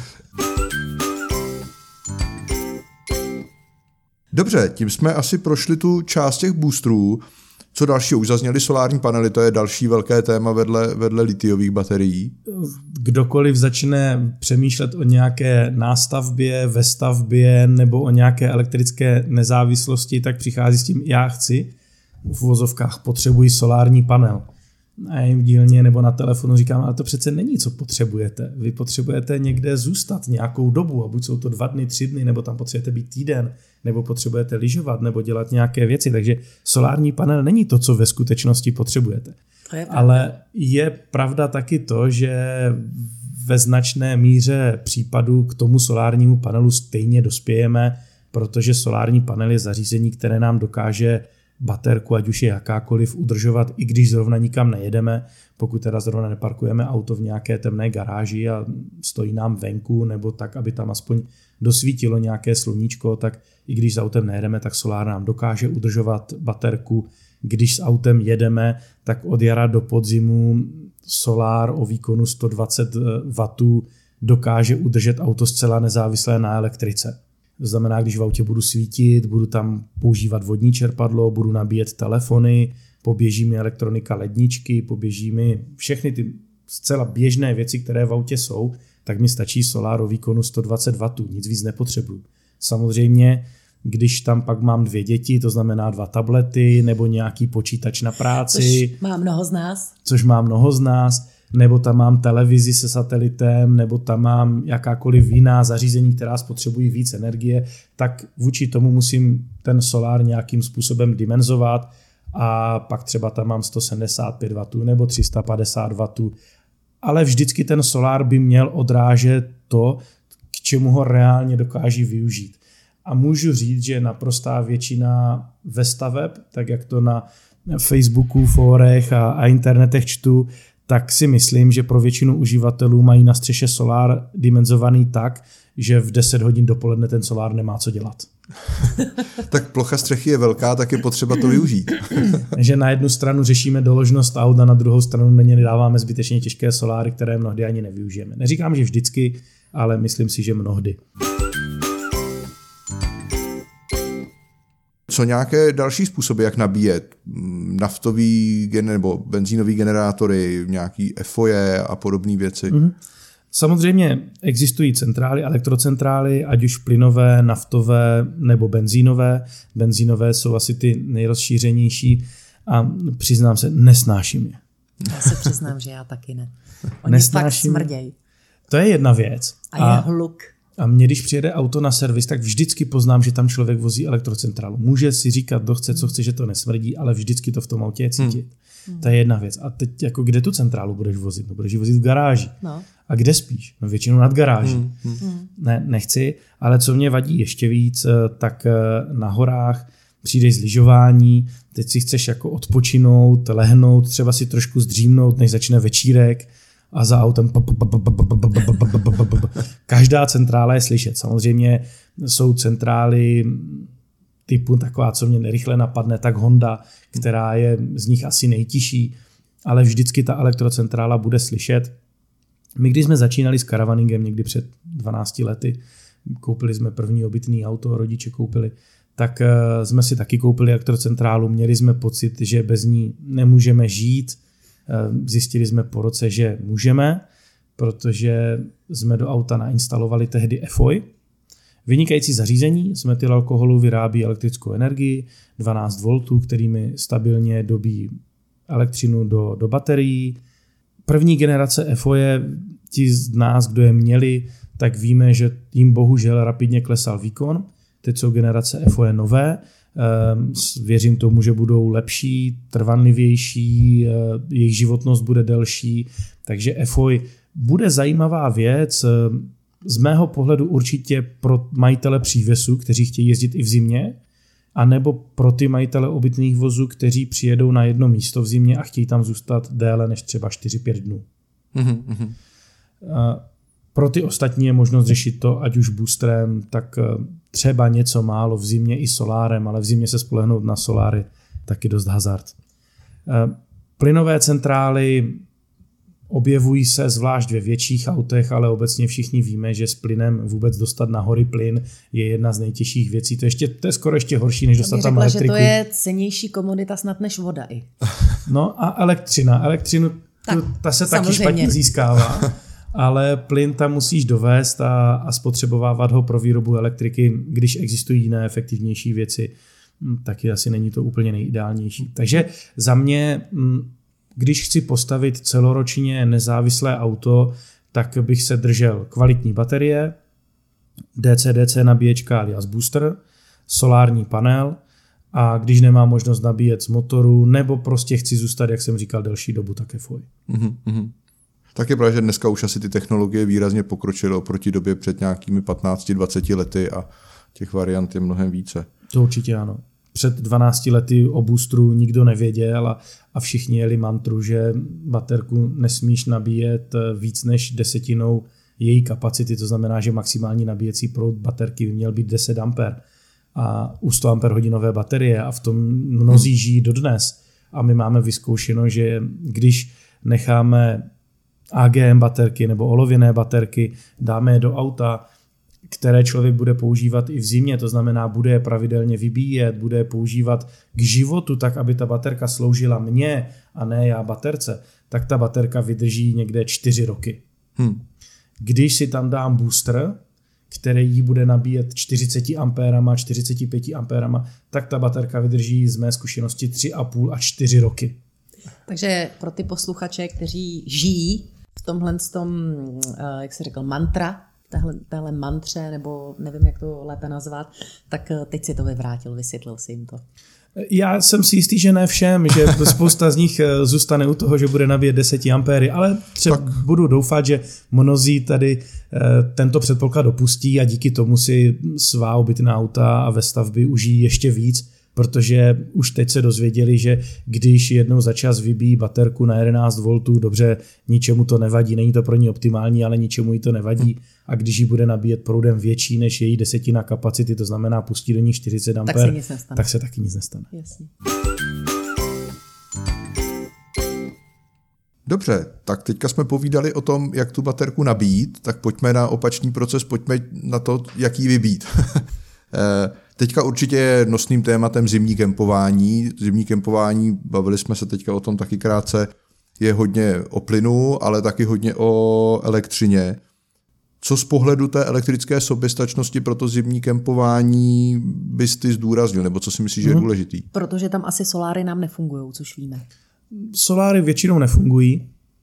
Dobře, tím jsme asi prošli tu část těch boostrů. Co dalšího? Už zazněly solární panely, to je další velké téma vedle litiových baterií. Kdokoliv začne přemýšlet o nějaké nástavbě, ve stavbě nebo o nějaké elektrické nezávislosti, tak přichází s tím, já chci, v uvozovkách potřebuji solární panel. A jim v dílně nebo na telefonu říkám, ale to přece není, co potřebujete. Vy potřebujete někde zůstat nějakou dobu, a buď jsou to 2 dny, 3 dny, nebo tam potřebujete být týden, nebo potřebujete lyžovat, nebo dělat nějaké věci. Takže solární panel není to, co ve skutečnosti potřebujete. Ale je pravda taky to, že ve značné míře případů k tomu solárnímu panelu stejně dospějeme, protože solární panel je zařízení, které nám dokáže baterku, ať už je jakákoliv, udržovat, i když zrovna nikam nejedeme, pokud teda zrovna neparkujeme auto v nějaké temné garáži a stojí nám venku, nebo tak, aby tam aspoň dosvítilo nějaké sluníčko, tak i když s autem nejedeme, tak solár nám dokáže udržovat baterku. Když s autem jedeme, tak od jara do podzimu solár o výkonu 120 W dokáže udržet auto zcela nezávislé na elektrice. To znamená, když v autě budu svítit, budu tam používat vodní čerpadlo, budu nabíjet telefony, poběží mi elektronika, ledničky, poběží mi všechny ty zcela běžné věci, které v autě jsou, tak mi stačí solár o výkonu 120 W, nic víc nepotřebuju. Samozřejmě, když tam pak mám 2 děti, to znamená 2 tablety nebo nějaký počítač na práci. Což má mnoho z nás. Nebo tam mám televizi se satelitem, nebo tam mám jakákoliv jiná zařízení, která spotřebují víc energie, tak vůči tomu musím ten solár nějakým způsobem dimenzovat a pak třeba tam mám 175 W nebo 350 W, ale vždycky ten solár by měl odrážet to, k čemu ho reálně dokáží využít. A můžu říct, že naprostá většina ve staveb, tak jak to na Facebooku, fórech a internetech čtu, tak si myslím, že pro většinu uživatelů mají na střeše solár dimenzovaný tak, že v 10 hodin dopoledne ten solár nemá co dělat. Tak plocha střechy je velká, tak je potřeba to využít. Takže na jednu stranu řešíme doložnost aut a na druhou stranu na ně dáváme zbytečně těžké soláry, které mnohdy ani nevyužijeme. Neříkám, že vždycky, ale myslím si, že mnohdy. Co nějaké další způsoby, jak nabíjet? Naftový nebo benzínový generátory, nějaký EFOje a podobné věci? Samozřejmě existují centrály, elektrocentrály, ať už plynové, naftové nebo benzínové. Benzínové jsou asi ty nejrozšířenější a přiznám se, nesnáším je. Já se přiznám, že já taky ne. Oni fakt smrděj. To je jedna věc. A je hluk. A mně, když přijede auto na servis, tak vždycky poznám, že tam člověk vozí elektrocentrálu. Může si říkat, kdo chce, co chce, že to nesmrdí, ale vždycky to v tom autě je cítit. To je jedna věc. A teď, jako kde tu centrálu budeš vozit? No, budeš ji vozit v garáži. No. A kde spíš? No, většinou nad garáží. Ne, nechci, ale co mě vadí ještě víc, tak na horách přijdeš z lyžování, teď si chceš jako odpočinout, lehnout, třeba si trošku zdřímnout, než začne večírek, a za autem každá centrála je slyšet. Samozřejmě jsou centrály typu taková, co mě nerychle napadne, tak Honda, která je z nich asi nejtižší. ale vždycky ta elektrocentrála bude slyšet. My, když jsme začínali s caravaningem někdy před 12 lety, koupili jsme první obytný auto, rodiče koupili, tak jsme si taky koupili elektrocentrálu, měli jsme pocit, že bez ní nemůžeme žít. Zjistili jsme po roce, že můžeme, protože jsme do auta nainstalovali tehdy EFOI. Vynikající zařízení, z metylalkoholu vyrábí elektrickou energii, 12 V, kterými stabilně dobí elektřinu do baterií. První generace EFOI, ti z nás, kdo je měli, tak víme, že jim bohužel rapidně klesal výkon. Teď jsou generace EFOI nové. Věřím tomu, že budou lepší, trvanlivější, jejich životnost bude delší. Takže EFOI bude zajímavá věc. Z mého pohledu určitě pro majitele přívěsu, kteří chtějí jezdit i v zimě, anebo pro ty majitele obytných vozů, kteří přijedou na jedno místo v zimě a chtějí tam zůstat déle než třeba 4-5 dnů. Mm-hmm. Pro ty ostatní je možnost řešit to, ať už boosterem, tak třeba něco málo v zimě i solárem, ale v zimě se spolehnout na soláry taky dost hazard. Plynové centrály objevují se zvlášť ve větších autech, ale obecně všichni víme, že s plynem vůbec dostat na hory plyn je jedna z nejtěžších věcí. To je skoro ještě horší, než dostat tam elektriku. Že to je cennější komodita snad než voda i. No a elektřinu, ta se taky špatně získává, ale plyn tam musíš dovést a spotřebovávat ho pro výrobu elektriky, když existují jiné efektivnější věci, taky asi není to úplně nejideálnější. Takže za mě, když chci postavit celoročně nezávislé auto, tak bych se držel kvalitní baterie, DC nabíječka alias booster, solární panel a když nemám možnost nabíjet z motoru, nebo prostě chci zůstat, jak jsem říkal, delší dobu, tak EFOI. Mm-hmm. Tak je pravda, že dneska už asi ty technologie výrazně pokročily oproti době před nějakými 15-20 lety a těch variant je mnohem více. To určitě ano. Před 12 lety o boostru nikdo nevěděl a všichni jeli mantru, že baterku nesmíš nabíjet víc než 10% její kapacity, to znamená, že maximální nabíjecí proud baterky by měl být 10 A a u 100 Ah baterie a v tom mnozí žijí dodnes. A my máme vyzkoušeno, že když necháme AGM baterky nebo olověné baterky, dáme je do auta, které člověk bude používat i v zimě, to znamená, bude je pravidelně vybíjet, bude je používat k životu, tak aby ta baterka sloužila mně a ne já baterce, tak ta baterka vydrží někde 4 roky. Když si tam dám booster, který ji bude nabíjet 40 A, 45 A, tak ta baterka vydrží z mé zkušenosti 3,5 až 4 roky. Takže pro ty posluchače, kteří žijí v tomhle, jak se řekl, mantra, téhle mantře, nebo nevím, jak to lépe nazvat, tak teď si to vyvrátil, vysvětlil si jim to. Já jsem si jistý, že ne všem, že spousta z nich zůstane u toho, že bude nabíjet 10 ampéry, ale třeba budu doufat, že mnozí tady tento předpoklad dopustí a díky tomu si svá obytná auta a ve stavby užijí ještě víc, protože už teď se dozvěděli, že když jednou za čas vybíjí baterku na 11 V, dobře, ničemu to nevadí, není to pro ní optimální, ale ničemu jí to nevadí. A když ji bude nabíjet proudem větší než její 10% kapacity, to znamená pustí do ní 40 A, tak se taky nic nestane. Jasně. Dobře, tak teďka jsme povídali o tom, jak tu baterku nabít, tak pojďme na opačný proces, pojďme na to, jak ji vybít. Teďka určitě je nosným tématem zimní kempování. Zimní kempování, bavili jsme se teďka o tom taky krátce, je hodně o plynu, ale taky hodně o elektřině. Co z pohledu té elektrické soběstačnosti pro to zimní kempování bys ty zdůraznil, nebo co si myslíš, že je důležitý? Protože tam asi soláry nám nefungují, což víme. Soláry většinou nefungují.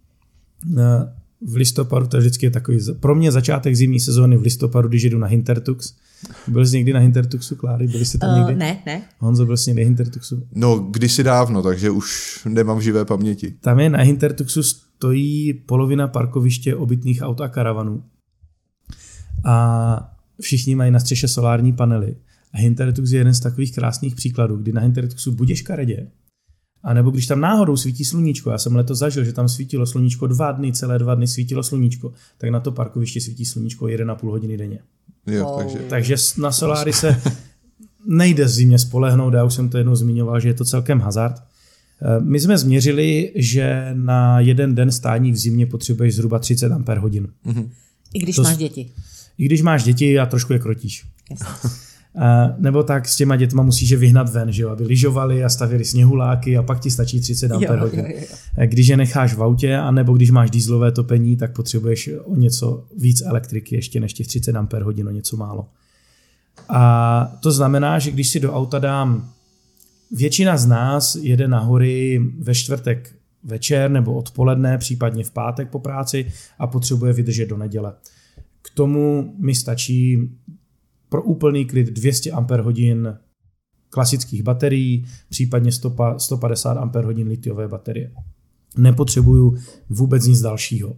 V listopadu, to vždycky je takový, pro mě začátek zimní sezóny v listopadu, když jedu na Hintertux. Byl jsi někdy na Hintertuxu, Kláry? Byli jste tam někdy? Ne. Honzo, byl jsi někdy na Hintertuxu? No, kdysi dávno, takže už nemám živé paměti. Tam je na Hintertuxu stojí polovina parkoviště obytných aut a karavanů. A všichni mají na střeše solární panely. A Hintertux je jeden z takových krásných příkladů, kdy na Hintertuxu buď je škaredě, a nebo když tam náhodou svítí sluníčko, já jsem letos zažil, že tam svítilo sluníčko celé 2 dny svítilo sluníčko, tak na to parkoviště svítí sluníčko 1,5 hodiny denně. Jo, takže na soláry se nejde zimně spolehnout, já už jsem to jednou zmiňoval, že je to celkem hazard. My jsme změřili, že na jeden den stání v zimě potřebuješ zhruba 30 Ah. I když máš děti. I když máš děti a trošku je krotíš. Jasně. Nebo tak s těma dětma musíš je vyhnat ven, že jo, aby lyžovali a stavěli sněhuláky a pak ti stačí 30 Ah. Jo. Když je necháš v autě, anebo když máš dieselové topení, tak potřebuješ o něco víc elektriky ještě než těch 30 Ah, o něco málo. A to znamená, že když si do auta dám, většina z nás jede na hory ve čtvrtek večer nebo odpoledne, případně v pátek po práci a potřebuje vydržet do neděle. K tomu mi stačí pro úplný klid 200 Ah klasických baterií, případně 150 Ah litiové baterie. Nepotřebuju vůbec nic dalšího.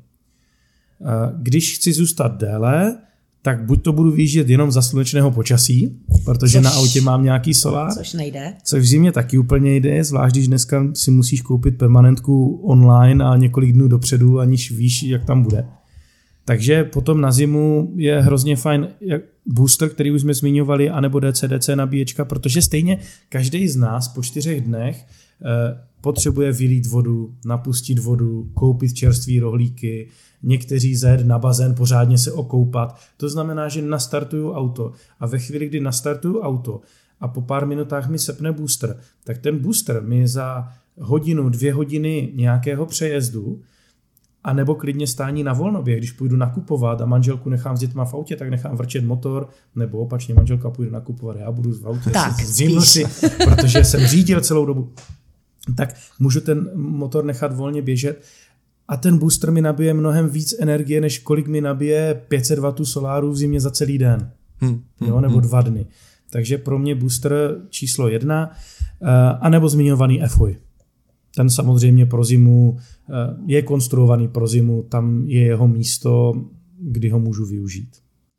Když chci zůstat déle, tak buď to budu vyjíždět jenom za slunečného počasí, protože na autě mám nějaký solár. Což nejde. Což v zimě taky úplně jde, zvlášť když dneska si musíš koupit permanentku online a několik dnů dopředu, aniž víš, jak tam bude. Takže potom na zimu je hrozně fajn booster, který už jsme zmiňovali, anebo DC-DC nabíječka, protože stejně každý z nás po 4 dnech potřebuje vylít vodu, napustit vodu, koupit čerstvý rohlíky, někteří zajet na bazén, pořádně se okoupat. To znamená, že nastartuju auto a ve chvíli, kdy nastartuju auto a po pár minutách mi sepne booster, tak ten booster mi za hodinu, 2 hodiny nějakého přejezdu a nebo klidně stání na volnobě, když půjdu nakupovat a manželku nechám s dětma v autě, tak nechám vrčet motor, nebo opačně manželka půjde nakupovat, já budu v autě, zimnu si, protože jsem řídil celou dobu. Tak můžu ten motor nechat volně běžet a ten booster mi nabije mnohem víc energie, než kolik mi nabije 500 W soláru v zimě za celý den. Nebo 2 dny. Takže pro mě booster číslo 1, anebo zmiňovaný FOI. Ten samozřejmě pro zimu je konstruovaný pro zimu, tam je jeho místo, kdy ho můžu využít.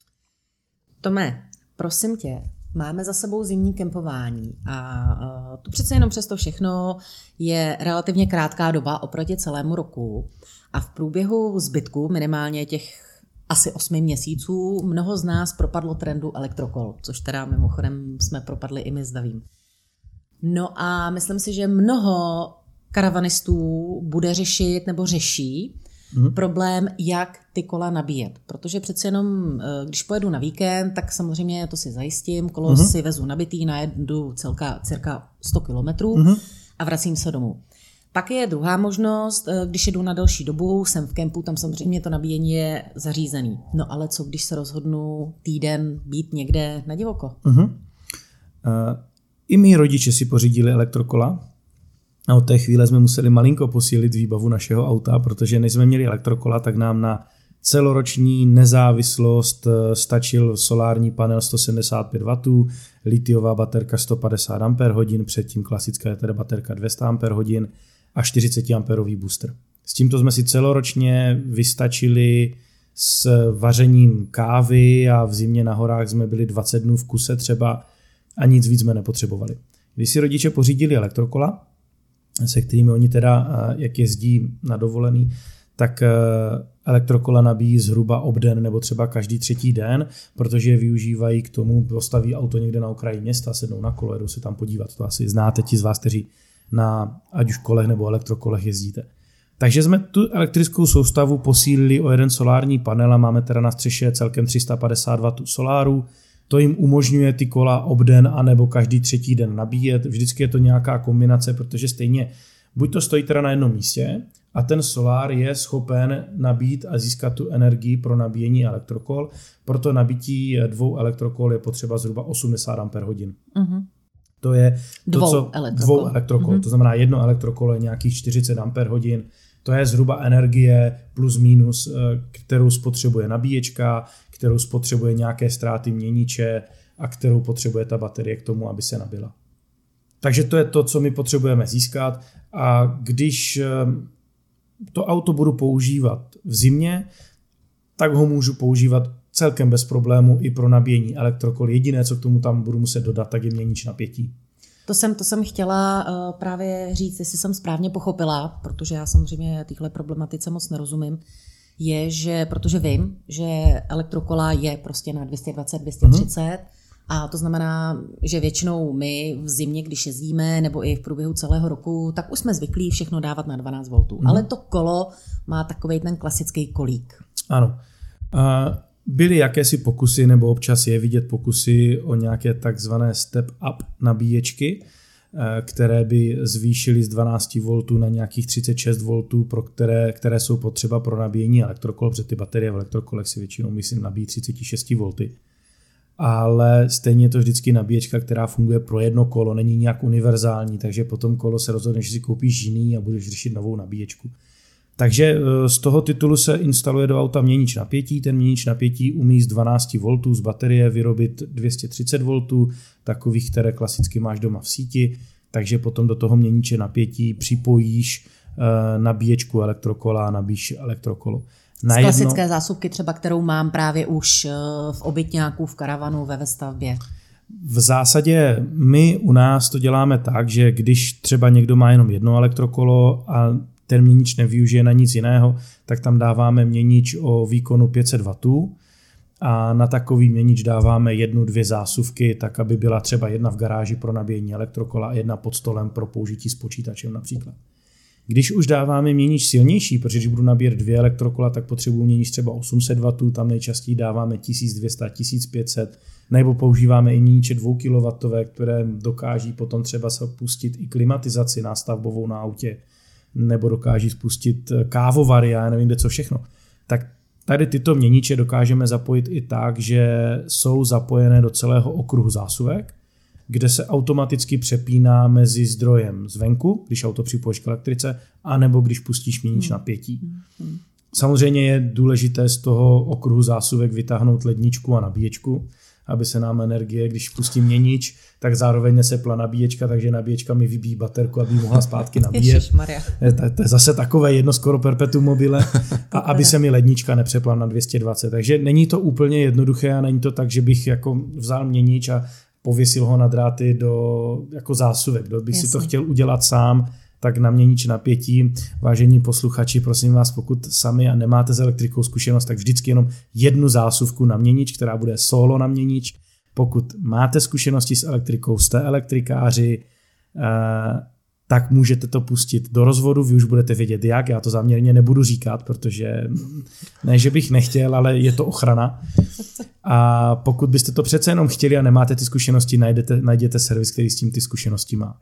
Tome, prosím tě, máme za sebou zimní kempování a to přece jenom přes to všechno je relativně krátká doba oproti celému roku a v průběhu zbytku minimálně těch asi 8 měsíců mnoho z nás propadlo trendu elektrokol, což teda mimochodem jsme propadli i my s Davím. No a myslím si, že mnoho karavanistů bude řešit nebo řeší problém, jak ty kola nabíjet. Protože přece jenom, když pojedu na víkend, tak samozřejmě to si zajistím, kolo si vezu nabitý, najedu cirka 100 kilometrů a vracím se domů. Pak je druhá možnost, když jedu na delší dobu, jsem v kempu, tam samozřejmě to nabíjení je zařízený. No ale co, když se rozhodnu týden být někde na divoko? I mý rodiče si pořídili elektrokola. A od té chvíle jsme museli malinko posílit výbavu našeho auta, protože než jsme měli elektrokola, tak nám na celoroční nezávislost stačil solární panel 175 W, litiová baterka 150 Ah, předtím klasická teda baterka 200 Ah a 40 Ah booster. S tímto jsme si celoročně vystačili s vařením kávy a v zimě na horách jsme byli 20 dnů v kuse třeba a nic víc jsme nepotřebovali. Když si rodiče pořídili elektrokola, se kterými oni teda, jak jezdí na dovolený, tak elektrokola nabíjí zhruba obden nebo třeba každý 3. den, protože je využívají k tomu, postaví auto někde na okraji města, sednou na kolo, jedou se tam podívat. To asi znáte ti z vás, kteří na ať už kolech nebo elektrokolech jezdíte. Takže jsme tu elektrickou soustavu posílili o jeden solární panel a máme teda na střeše celkem 350 W soláru. To jim umožňuje ty kola obden anebo každý 3. den nabíjet. Vždycky je to nějaká kombinace, protože stejně buď to stojí teda na jednom místě a ten solár je schopen nabít a získat tu energii pro nabíjení elektrokol. Proto nabití 2 elektrokol je potřeba zhruba 80 Ah. To je dvou elektrokol. To znamená, jedno elektrokolo je nějakých 40 Ah. To je zhruba energie plus minus, kterou spotřebuje nabíječka, kterou spotřebuje nějaké ztráty měniče a kterou potřebuje ta baterie k tomu, aby se nabila. Takže to je to, co my potřebujeme získat a když to auto budu používat v zimě, tak ho můžu používat celkem bez problému i pro nabíjení elektrokol. Jediné, co k tomu tam budu muset dodat, tak je měnič napětí. To jsem chtěla právě říct, jestli jsem správně pochopila, protože já samozřejmě téhle problematice moc nerozumím, je, že protože vím, že elektrokola je prostě na 220, 230 A to znamená, že většinou my v zimě, když jezdíme, nebo i v průběhu celého roku, tak už jsme zvyklí všechno dávat na 12 V. Ale to kolo má takovej ten klasický kolík. Ano. Byly jakési pokusy, nebo občas je vidět pokusy o nějaké takzvané step-up nabíječky, které by zvýšily z 12 V na nějakých 36 V, které jsou potřeba pro nabíjení elektrokol, protože ty baterie v elektrokolech si většinou, myslím, nabíjí 36 V. Ale stejně je to vždycky nabíječka, která funguje pro jedno kolo, není nějak univerzální, takže potom kolo se rozhodneš, že si koupíš jiný a budeš řešit novou nabíječku. Takže z toho titulu se instaluje do auta měnič napětí. Ten měnič napětí umí z 12 V z baterie vyrobit 230 V, takových, které klasicky máš doma v síti, takže potom do toho měniče napětí připojíš nabíječku elektrokola a nabíjíš elektrokolo. Z klasické zásuvky třeba, kterou mám právě už v obytňáku, v karavanu, ve stavbě. V zásadě my u nás to děláme tak, že když třeba někdo má jenom jedno elektrokolo a ten měnič nevyužije na nic jiného, tak tam dáváme měnič o výkonu 500 W a na takový měnič dáváme 1-2 zásuvky, tak aby byla třeba jedna v garáži pro nabíjení elektrokola a jedna pod stolem pro použití s počítačem například. Když už dáváme měnič silnější, protože když budu nabíjet 2 elektrokola, tak potřebuji měnič třeba 800 W, tam nejčastěji dáváme 1200, 1500, nebo používáme i měniče 2 kW, které dokáží potom třeba se pustit i klimatizaci nástavbovou na autě, nebo dokáží spustit kávovary, já nevím, kde co všechno. Tak tady tyto měniče dokážeme zapojit i tak, že jsou zapojené do celého okruhu zásuvek, kde se automaticky přepíná mezi zdrojem zvenku, když auto připojíš k elektrice, anebo když pustíš měnič napětí. Samozřejmě je důležité z toho okruhu zásuvek vytáhnout ledničku a nabíječku, aby se nám energie, když pustím měnič, tak zároveň nesepla nabíječka, takže nabíječka mi vybíjí baterku, aby mohla zpátky nabíjet. To je zase takové jedno skoro perpetuum mobile, a aby se mi lednička nepřepla na 220. Takže není to úplně jednoduché a není to tak, že bych jako vzal měnič a pověsil ho na dráty do jako zásuvek. Kdo bych si to chtěl udělat sám, tak na měnič napětí. Vážení posluchači, prosím vás, pokud sami a nemáte s elektrikou zkušenost, tak vždycky jenom jednu zásuvku na měnič, která bude solo na měnič. Pokud máte zkušenosti s elektrikou, jste elektrikáři, tak můžete to pustit do rozvodu, vy už budete vědět jak, já to záměrně nebudu říkat, protože ne, že bych nechtěl, ale je to ochrana. A pokud byste to přece jenom chtěli a nemáte ty zkušenosti, najděte servis, který s tím ty zkušenosti má.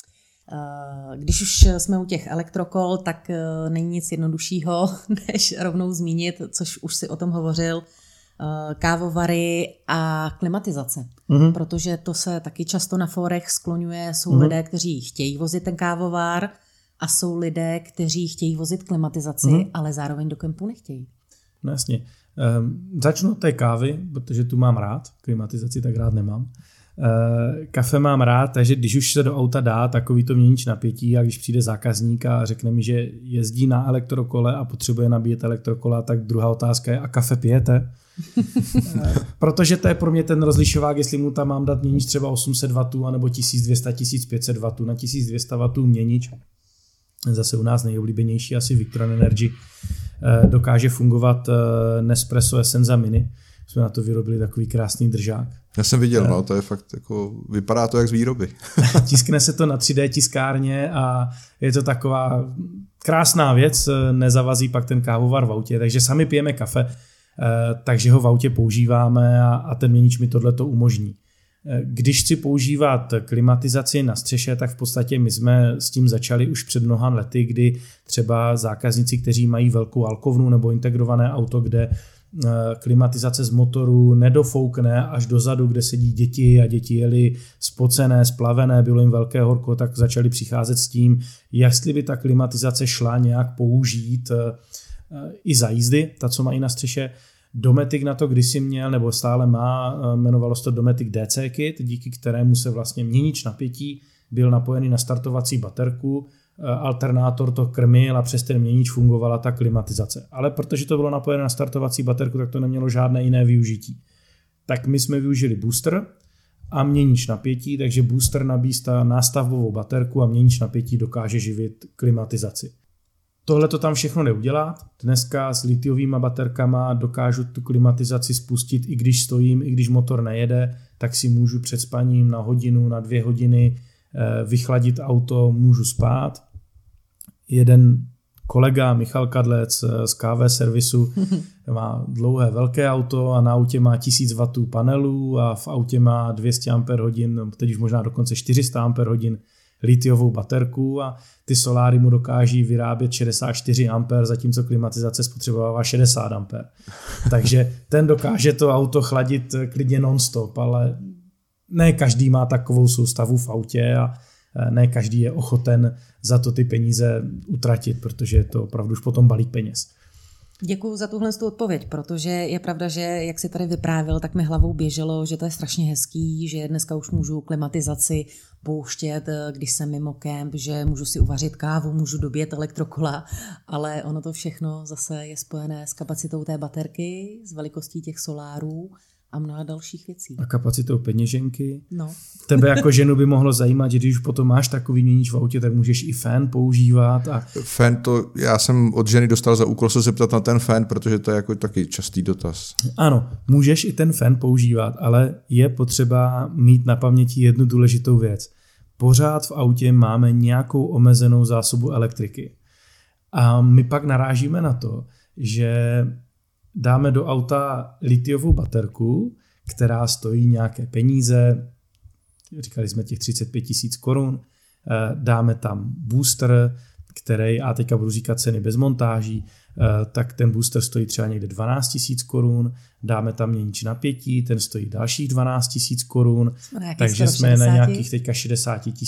Když už jsme u těch elektrokol, tak není nic jednoduššího, než rovnou zmínit, což už si o tom hovořil, kávovary a klimatizace. Protože to se taky často na fórech skloňuje. Jsou lidé, kteří chtějí vozit ten kávovar a jsou lidé, kteří chtějí vozit klimatizaci, ale zároveň do kempu nechtějí. No jasně. Začnu od té kávy, protože tu mám rád, klimatizaci tak rád nemám. Kafe mám rád, takže když už se do auta dá takový to měnič napětí a když přijde zákazník a řekne mi, že jezdí na elektrokole a potřebuje nabíjet elektrokola, tak druhá otázka je, a kafe pijete? Protože to je pro mě ten rozlišovák, jestli mu tam mám dát měnič třeba 800 W nebo 1200, 1500 W. Na 1200 W měnič, zase u nás nejoblíbenější asi Victron Energy, dokáže fungovat Nespresso Essenza Mini. Jsme na to vyrobili takový krásný držák. Já jsem viděl, no, to je fakt jako, vypadá to jak z výroby. Tiskne se to na 3D tiskárně a je to taková krásná věc, nezavazí pak ten kávovar v autě, takže sami pijeme kafe, takže ho v autě používáme a ten měnič mi tohleto umožní. Když chci používat klimatizaci na střeše, tak v podstatě my jsme s tím začali už před mnoha lety, kdy třeba zákazníci, kteří mají velkou alkovnu nebo integrované auto, kde klimatizace z motoru nedofoukne až dozadu, kde sedí děti a děti jeli spocené, splavené, bylo jim velké horko, tak začali přicházet s tím, jestli by ta klimatizace šla nějak použít i za jízdy, ta, co mají na střeše. Dometic na to kdysi měl, nebo stále má, jmenovalo se to Dometic DC Kit, díky kterému se vlastně měnič napětí byl napojený na startovací baterku, alternátor to krmil a přes ten měnič fungovala ta klimatizace. Ale protože to bylo napojené na startovací baterku, tak to nemělo žádné jiné využití. Tak my jsme využili booster a měnič napětí, takže booster nabíjí nástavbovou baterku a měnič napětí dokáže živit klimatizaci. Tohle to tam všechno neudělá. Dneska s litiovými baterkama dokážu tu klimatizaci spustit, i když stojím, i když motor nejede, tak si můžu před spaním na hodinu, na 2 hodiny vychladit auto, můžu spát. Jeden kolega, Michal Kadlec z KV servisu, má dlouhé velké auto a na autě má 1000 W panelů a v autě má 200 Ah, teď už možná dokonce 400 Ah litiovou baterku a ty soláry mu dokáží vyrábět 64 A, zatímco klimatizace spotřebovává 60 A. Takže ten dokáže to auto chladit klidně non-stop, ale ne každý má takovou soustavu v autě a ne každý je ochoten za to ty peníze utratit, protože je to opravdu už potom balík peněz. Děkuju za tuhle odpověď, protože je pravda, že jak si tady vyprávěl, tak mi hlavou běželo, že to je strašně hezký, že dneska už můžu klimatizaci pouštět, když jsem mimo kemp, že můžu si uvařit kávu, můžu dobíjet elektrokola, ale ono to všechno zase je spojené s kapacitou té baterky, s velikostí těch solárů a mnoha dalších věcí. A kapacitou peněženky. No. Tebe jako ženu by mohlo zajímat, že když už potom máš takový měníč v autě, tak můžeš i fén používat. A... Fén to, já jsem od ženy dostal za úkol se zeptat na ten fén, protože to je jako taky častý dotaz. Ano, můžeš i ten fén používat, ale je potřeba mít na paměti jednu důležitou věc. Pořád v autě máme nějakou omezenou zásobu elektriky. A my pak narážíme na to, že dáme do auta litiovou baterku, která stojí nějaké peníze, říkali jsme těch 35 000 korun, dáme tam booster, který, a teďka budu říkat ceny bez montáží, tak ten booster stojí třeba někde 12 000 korun, dáme tam měníč napětí, ten stojí dalších 12 000 korun, takže jsme na nějakých teďka 60 000,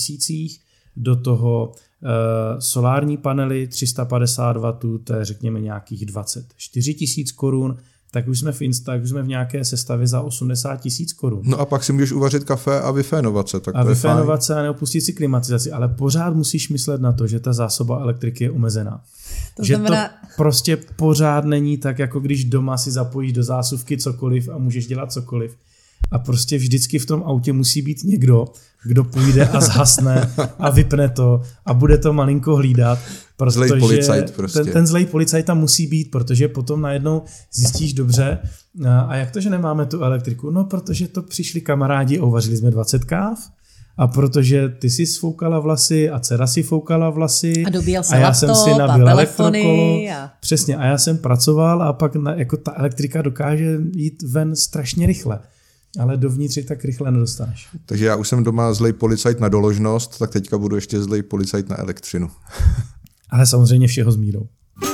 do toho solární panely 350 W, to je řekněme nějakých 24 000 korun, tak už jsme v nějaké sestavě za 80 000 korun. No a pak si můžeš uvařit kafe a vyfénovat se. Tak a vyfénovat se a neopustit si klimatizaci, ale pořád musíš myslet na to, že ta zásoba elektriky je omezená. To prostě pořád není tak, jako když doma si zapojíš do zásuvky cokoliv a můžeš dělat cokoliv. A prostě vždycky v tom autě musí být někdo, kdo půjde a zhasne a vypne to a bude to malinko hlídat. Zlej policajt prostě. Ten zlej policajt tam musí být, protože potom najednou zjistíš dobře, a jak to, že nemáme tu elektriku? No, protože to přišli kamarádi a uvařili jsme 20 káv. A protože ty si sfoukala vlasy a dcera si foukala vlasy a dobíjel se a já laptop, jsem si nabil elektrokolo. A... Přesně, a já jsem pracoval a pak jako ta elektrika dokáže jít ven strašně rychle. Ale dovnitř tak rychle nedostaneš. Takže já už jsem doma zlej policajt na doložnost, tak teďka budu ještě zlej policajt na elektřinu. Ale samozřejmě všeho s mírou.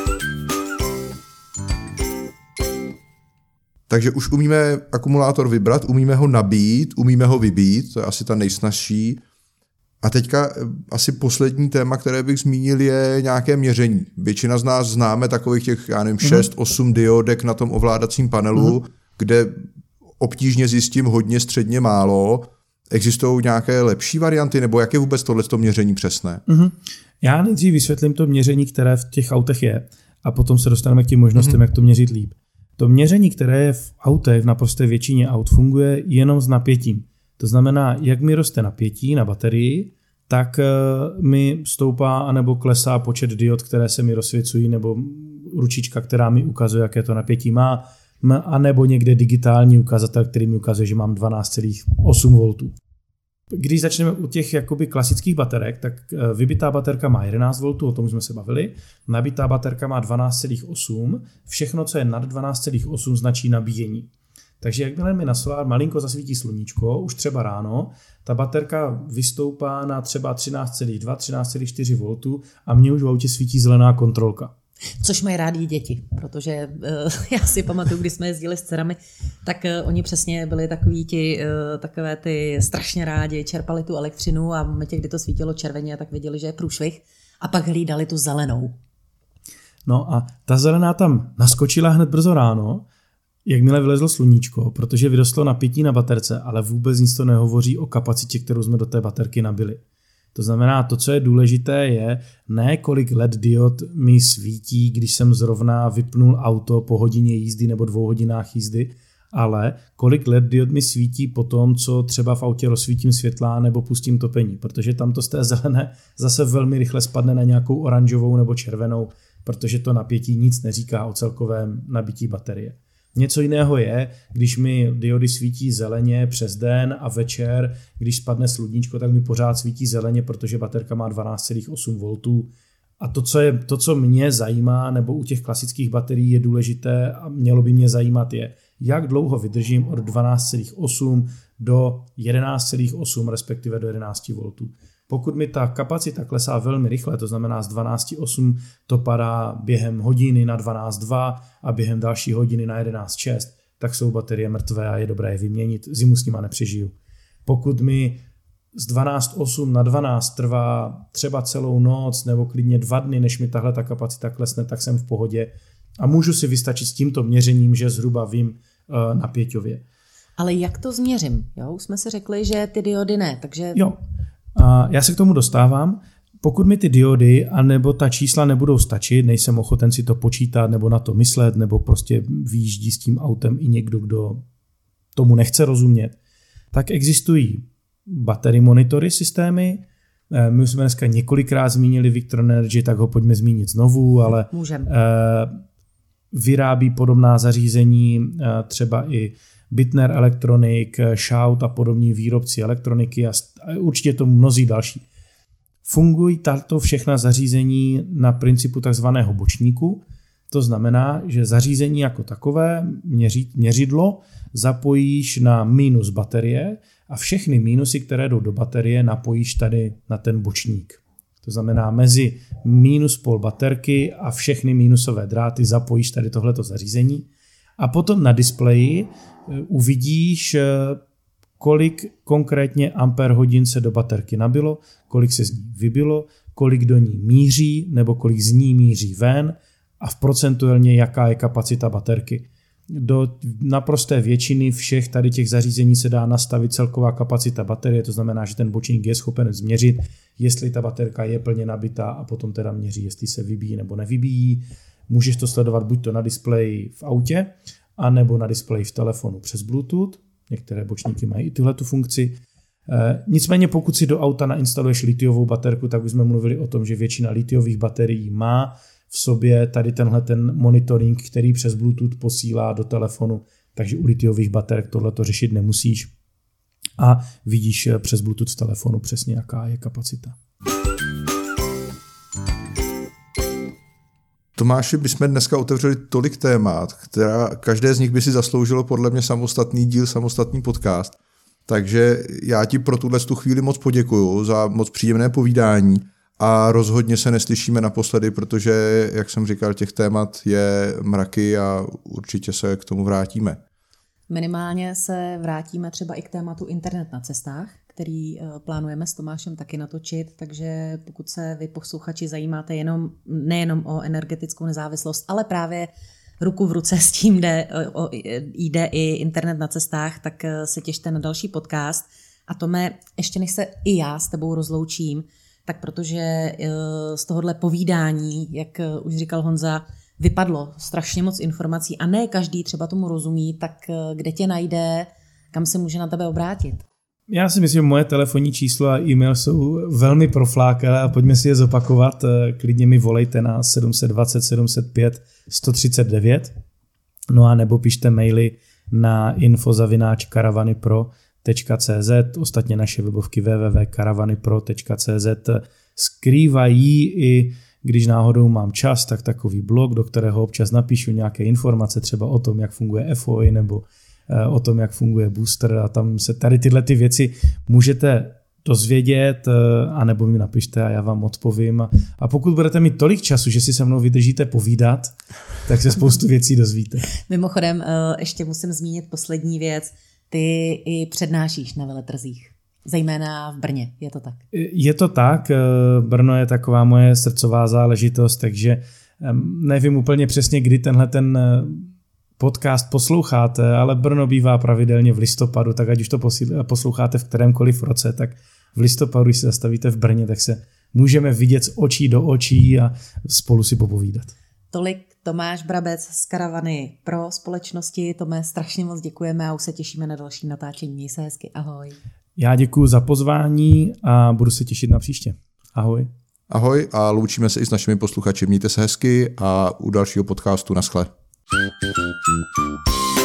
Takže už umíme akumulátor vybrat, umíme ho nabít, umíme ho vybít, to je asi ta nejsnažší. A teďka asi poslední téma, které bych zmínil, je nějaké měření. Většina z nás známe takových těch, 6-8 diodek na tom ovládacím panelu, kde obtížně zjistím hodně, středně málo. Existují nějaké lepší varianty, nebo jak je vůbec tohleto měření přesné? Já nejdřív vysvětlím to měření, které v těch autech je, a potom se dostaneme k těm možnostem, jak to měřit líp. To měření, které je v autech, v naprosté většině aut, funguje jenom s napětím. To znamená, jak mi roste napětí na baterii, tak mi stoupá anebo klesá počet diod, které se mi rozsvěcují, nebo ručička, která mi ukazuje, jaké to napětí má, a nebo někde digitální ukazatel, který mi ukazuje, že mám 12,8 V. Když začneme u těch jakoby klasických baterek, tak vybitá baterka má 11 V, o tom jsme se bavili, nabitá baterka má 12,8, všechno, co je nad 12,8, značí nabíjení. Takže jakmile mi na solár malinko zasvítí sluníčko, už třeba ráno, ta baterka vystoupá na třeba 13,2, 13,4 V a mě už v autě svítí zelená kontrolka. Což mají rádi děti, protože já si pamatuju, když jsme jezdili s dcerami, tak oni přesně byli takové ty strašně rádi, čerpali tu elektřinu a v momentě, kdy to svítilo červeně, tak věděli, že je průšvih a pak hlídali tu zelenou. No a ta zelená tam naskočila hned brzo ráno, jakmile vylezlo sluníčko, protože vyrostlo napětí na baterce, ale vůbec nic to nehovoří o kapacitě, kterou jsme do té baterky nabili. To znamená, to, co je důležité, je ne kolik LED diod mi svítí, když jsem zrovna vypnul auto po hodině jízdy nebo 2 hodinách jízdy, ale kolik LED diod mi svítí po tom, co třeba v autě rozsvítím světla nebo pustím topení, protože tam to z té zelené zase velmi rychle spadne na nějakou oranžovou nebo červenou, protože to napětí nic neříká o celkovém nabití baterie. Něco jiného je, když mi diody svítí zeleně přes den a večer, když spadne sluníčko, tak mi pořád svítí zeleně, protože baterka má 12,8 V. A to, co mě zajímá, nebo u těch klasických baterií je důležité a mělo by mě zajímat je, jak dlouho vydržím od 12,8 do 11,8, respektive do 11 V. Pokud mi ta kapacita klesá velmi rychle, to znamená z 12,8 to padá během hodiny na 12,2 a během další hodiny na 11,6, tak jsou baterie mrtvé a je dobré je vyměnit, zimu s nima nepřežiju. Pokud mi z 12,8 na 12 trvá třeba celou noc nebo klidně 2 dny, než mi tahle ta kapacita klesne, tak jsem v pohodě a můžu si vystačit s tímto měřením, že zhruba vím napěťově. Ale jak to změřím? Jo, už jsme si řekli, že ty diody ne, takže... Jo, a já se k tomu dostávám. Pokud mi ty diody anebo ta čísla nebudou stačit, nejsem ochoten si to počítat nebo na to myslet, nebo prostě vyjíždí s tím autem i někdo, kdo tomu nechce rozumět, tak existují battery monitory systémy. My už jsme dneska několikrát zmínili Victron Energy, tak ho pojďme zmínit znovu, ale vyrábí podobná zařízení třeba i Bittner Electronic, Shout a podobní výrobci elektroniky a určitě to mnozí další. Fungují tato všechna zařízení na principu takzvaného bočníku. To znamená, že zařízení jako takové, měřidlo, zapojíš na mínus baterie a všechny mínusy, které jdou do baterie, napojíš tady na ten bočník. To znamená mezi minus pol baterky a všechny minusové dráty zapojíš tady tohleto zařízení a potom na displeji uvidíš, kolik konkrétně ampere-hodin se do baterky nabilo, kolik se z ní vybilo, kolik do ní míří nebo kolik z ní míří ven a v procentuálně jaká je kapacita baterky. Do naprosté většiny všech tady těch zařízení se dá nastavit celková kapacita baterie, to znamená, že ten bočník je schopen změřit, jestli ta baterka je plně nabitá a potom teda měří, jestli se vybíjí nebo nevybíjí. Můžeš to sledovat buď to na displeji v autě, anebo na displeji v telefonu přes Bluetooth. Některé bočníky mají i tuhletu funkci. Nicméně pokud si do auta nainstaluješ litiovou baterku, tak už jsme mluvili o tom, že většina litiových baterií má v sobě tady tenhle ten monitoring, který přes Bluetooth posílá do telefonu, takže u litiových baterek tohleto řešit nemusíš a vidíš přes Bluetooth v telefonu přesně, jaká je kapacita. Tomáši, bychom dneska otevřeli tolik témat, každé z nich by si zasloužilo podle mě samostatný díl, samostatný podcast. Takže já ti pro tuhle chvíli moc poděkuju za moc příjemné povídání a rozhodně se neslyšíme naposledy, protože, jak jsem říkal, těch témat je mraky a určitě se k tomu vrátíme. Minimálně se vrátíme třeba i k tématu internet na cestách, který plánujeme s Tomášem taky natočit, takže pokud se vy posluchači zajímáte nejenom o energetickou nezávislost, ale právě ruku v ruce s tím jde i internet na cestách, tak se těšte na další podcast. A Tome, ještě než se i já s tebou rozloučím, tak protože z tohohle povídání, jak už říkal Honza, vypadlo strašně moc informací a ne každý třeba tomu rozumí, tak kde tě najde, kam se může na tebe obrátit? Já si myslím, že moje telefonní číslo a e-mail jsou velmi profláklé a pojďme si je zopakovat. Klidně mi volejte na 720 705 139, no a nebo pište maily na info@karavanypro.cz. Ostatně naše webovky www.karavanypro.cz skrývají i když náhodou mám čas, tak takový blog, do kterého občas napíšu nějaké informace třeba o tom, jak funguje FOI nebo o tom, jak funguje booster a tam se tady tyhle ty věci můžete dozvědět, anebo mi napište a já vám odpovím. A pokud budete mít tolik času, že si se mnou vydržíte povídat, tak se spoustu věcí dozvíte. Mimochodem, ještě musím zmínit poslední věc. Ty i přednášíš na veletrzích. Zejména v Brně, je to tak? Je to tak, Brno je taková moje srdcová záležitost, takže nevím úplně přesně, kdy tenhle ten podcast posloucháte, ale Brno bývá pravidelně v listopadu, tak ať už to posloucháte v kterémkoliv roce, tak v listopadu, když se zastavíte v Brně, tak se můžeme vidět z očí do očí a spolu si popovídat. Tolik Tomáš Brabec z Karavany Pro společnosti. Tome, strašně moc děkujeme a už se těšíme na další natáčení. Měj se hezky, ahoj. Já děkuji za pozvání a budu se těšit na příště. Ahoj. Ahoj a loučíme se i s našimi posluchači. Mějte se hezky a u dalšího podcastu naschle.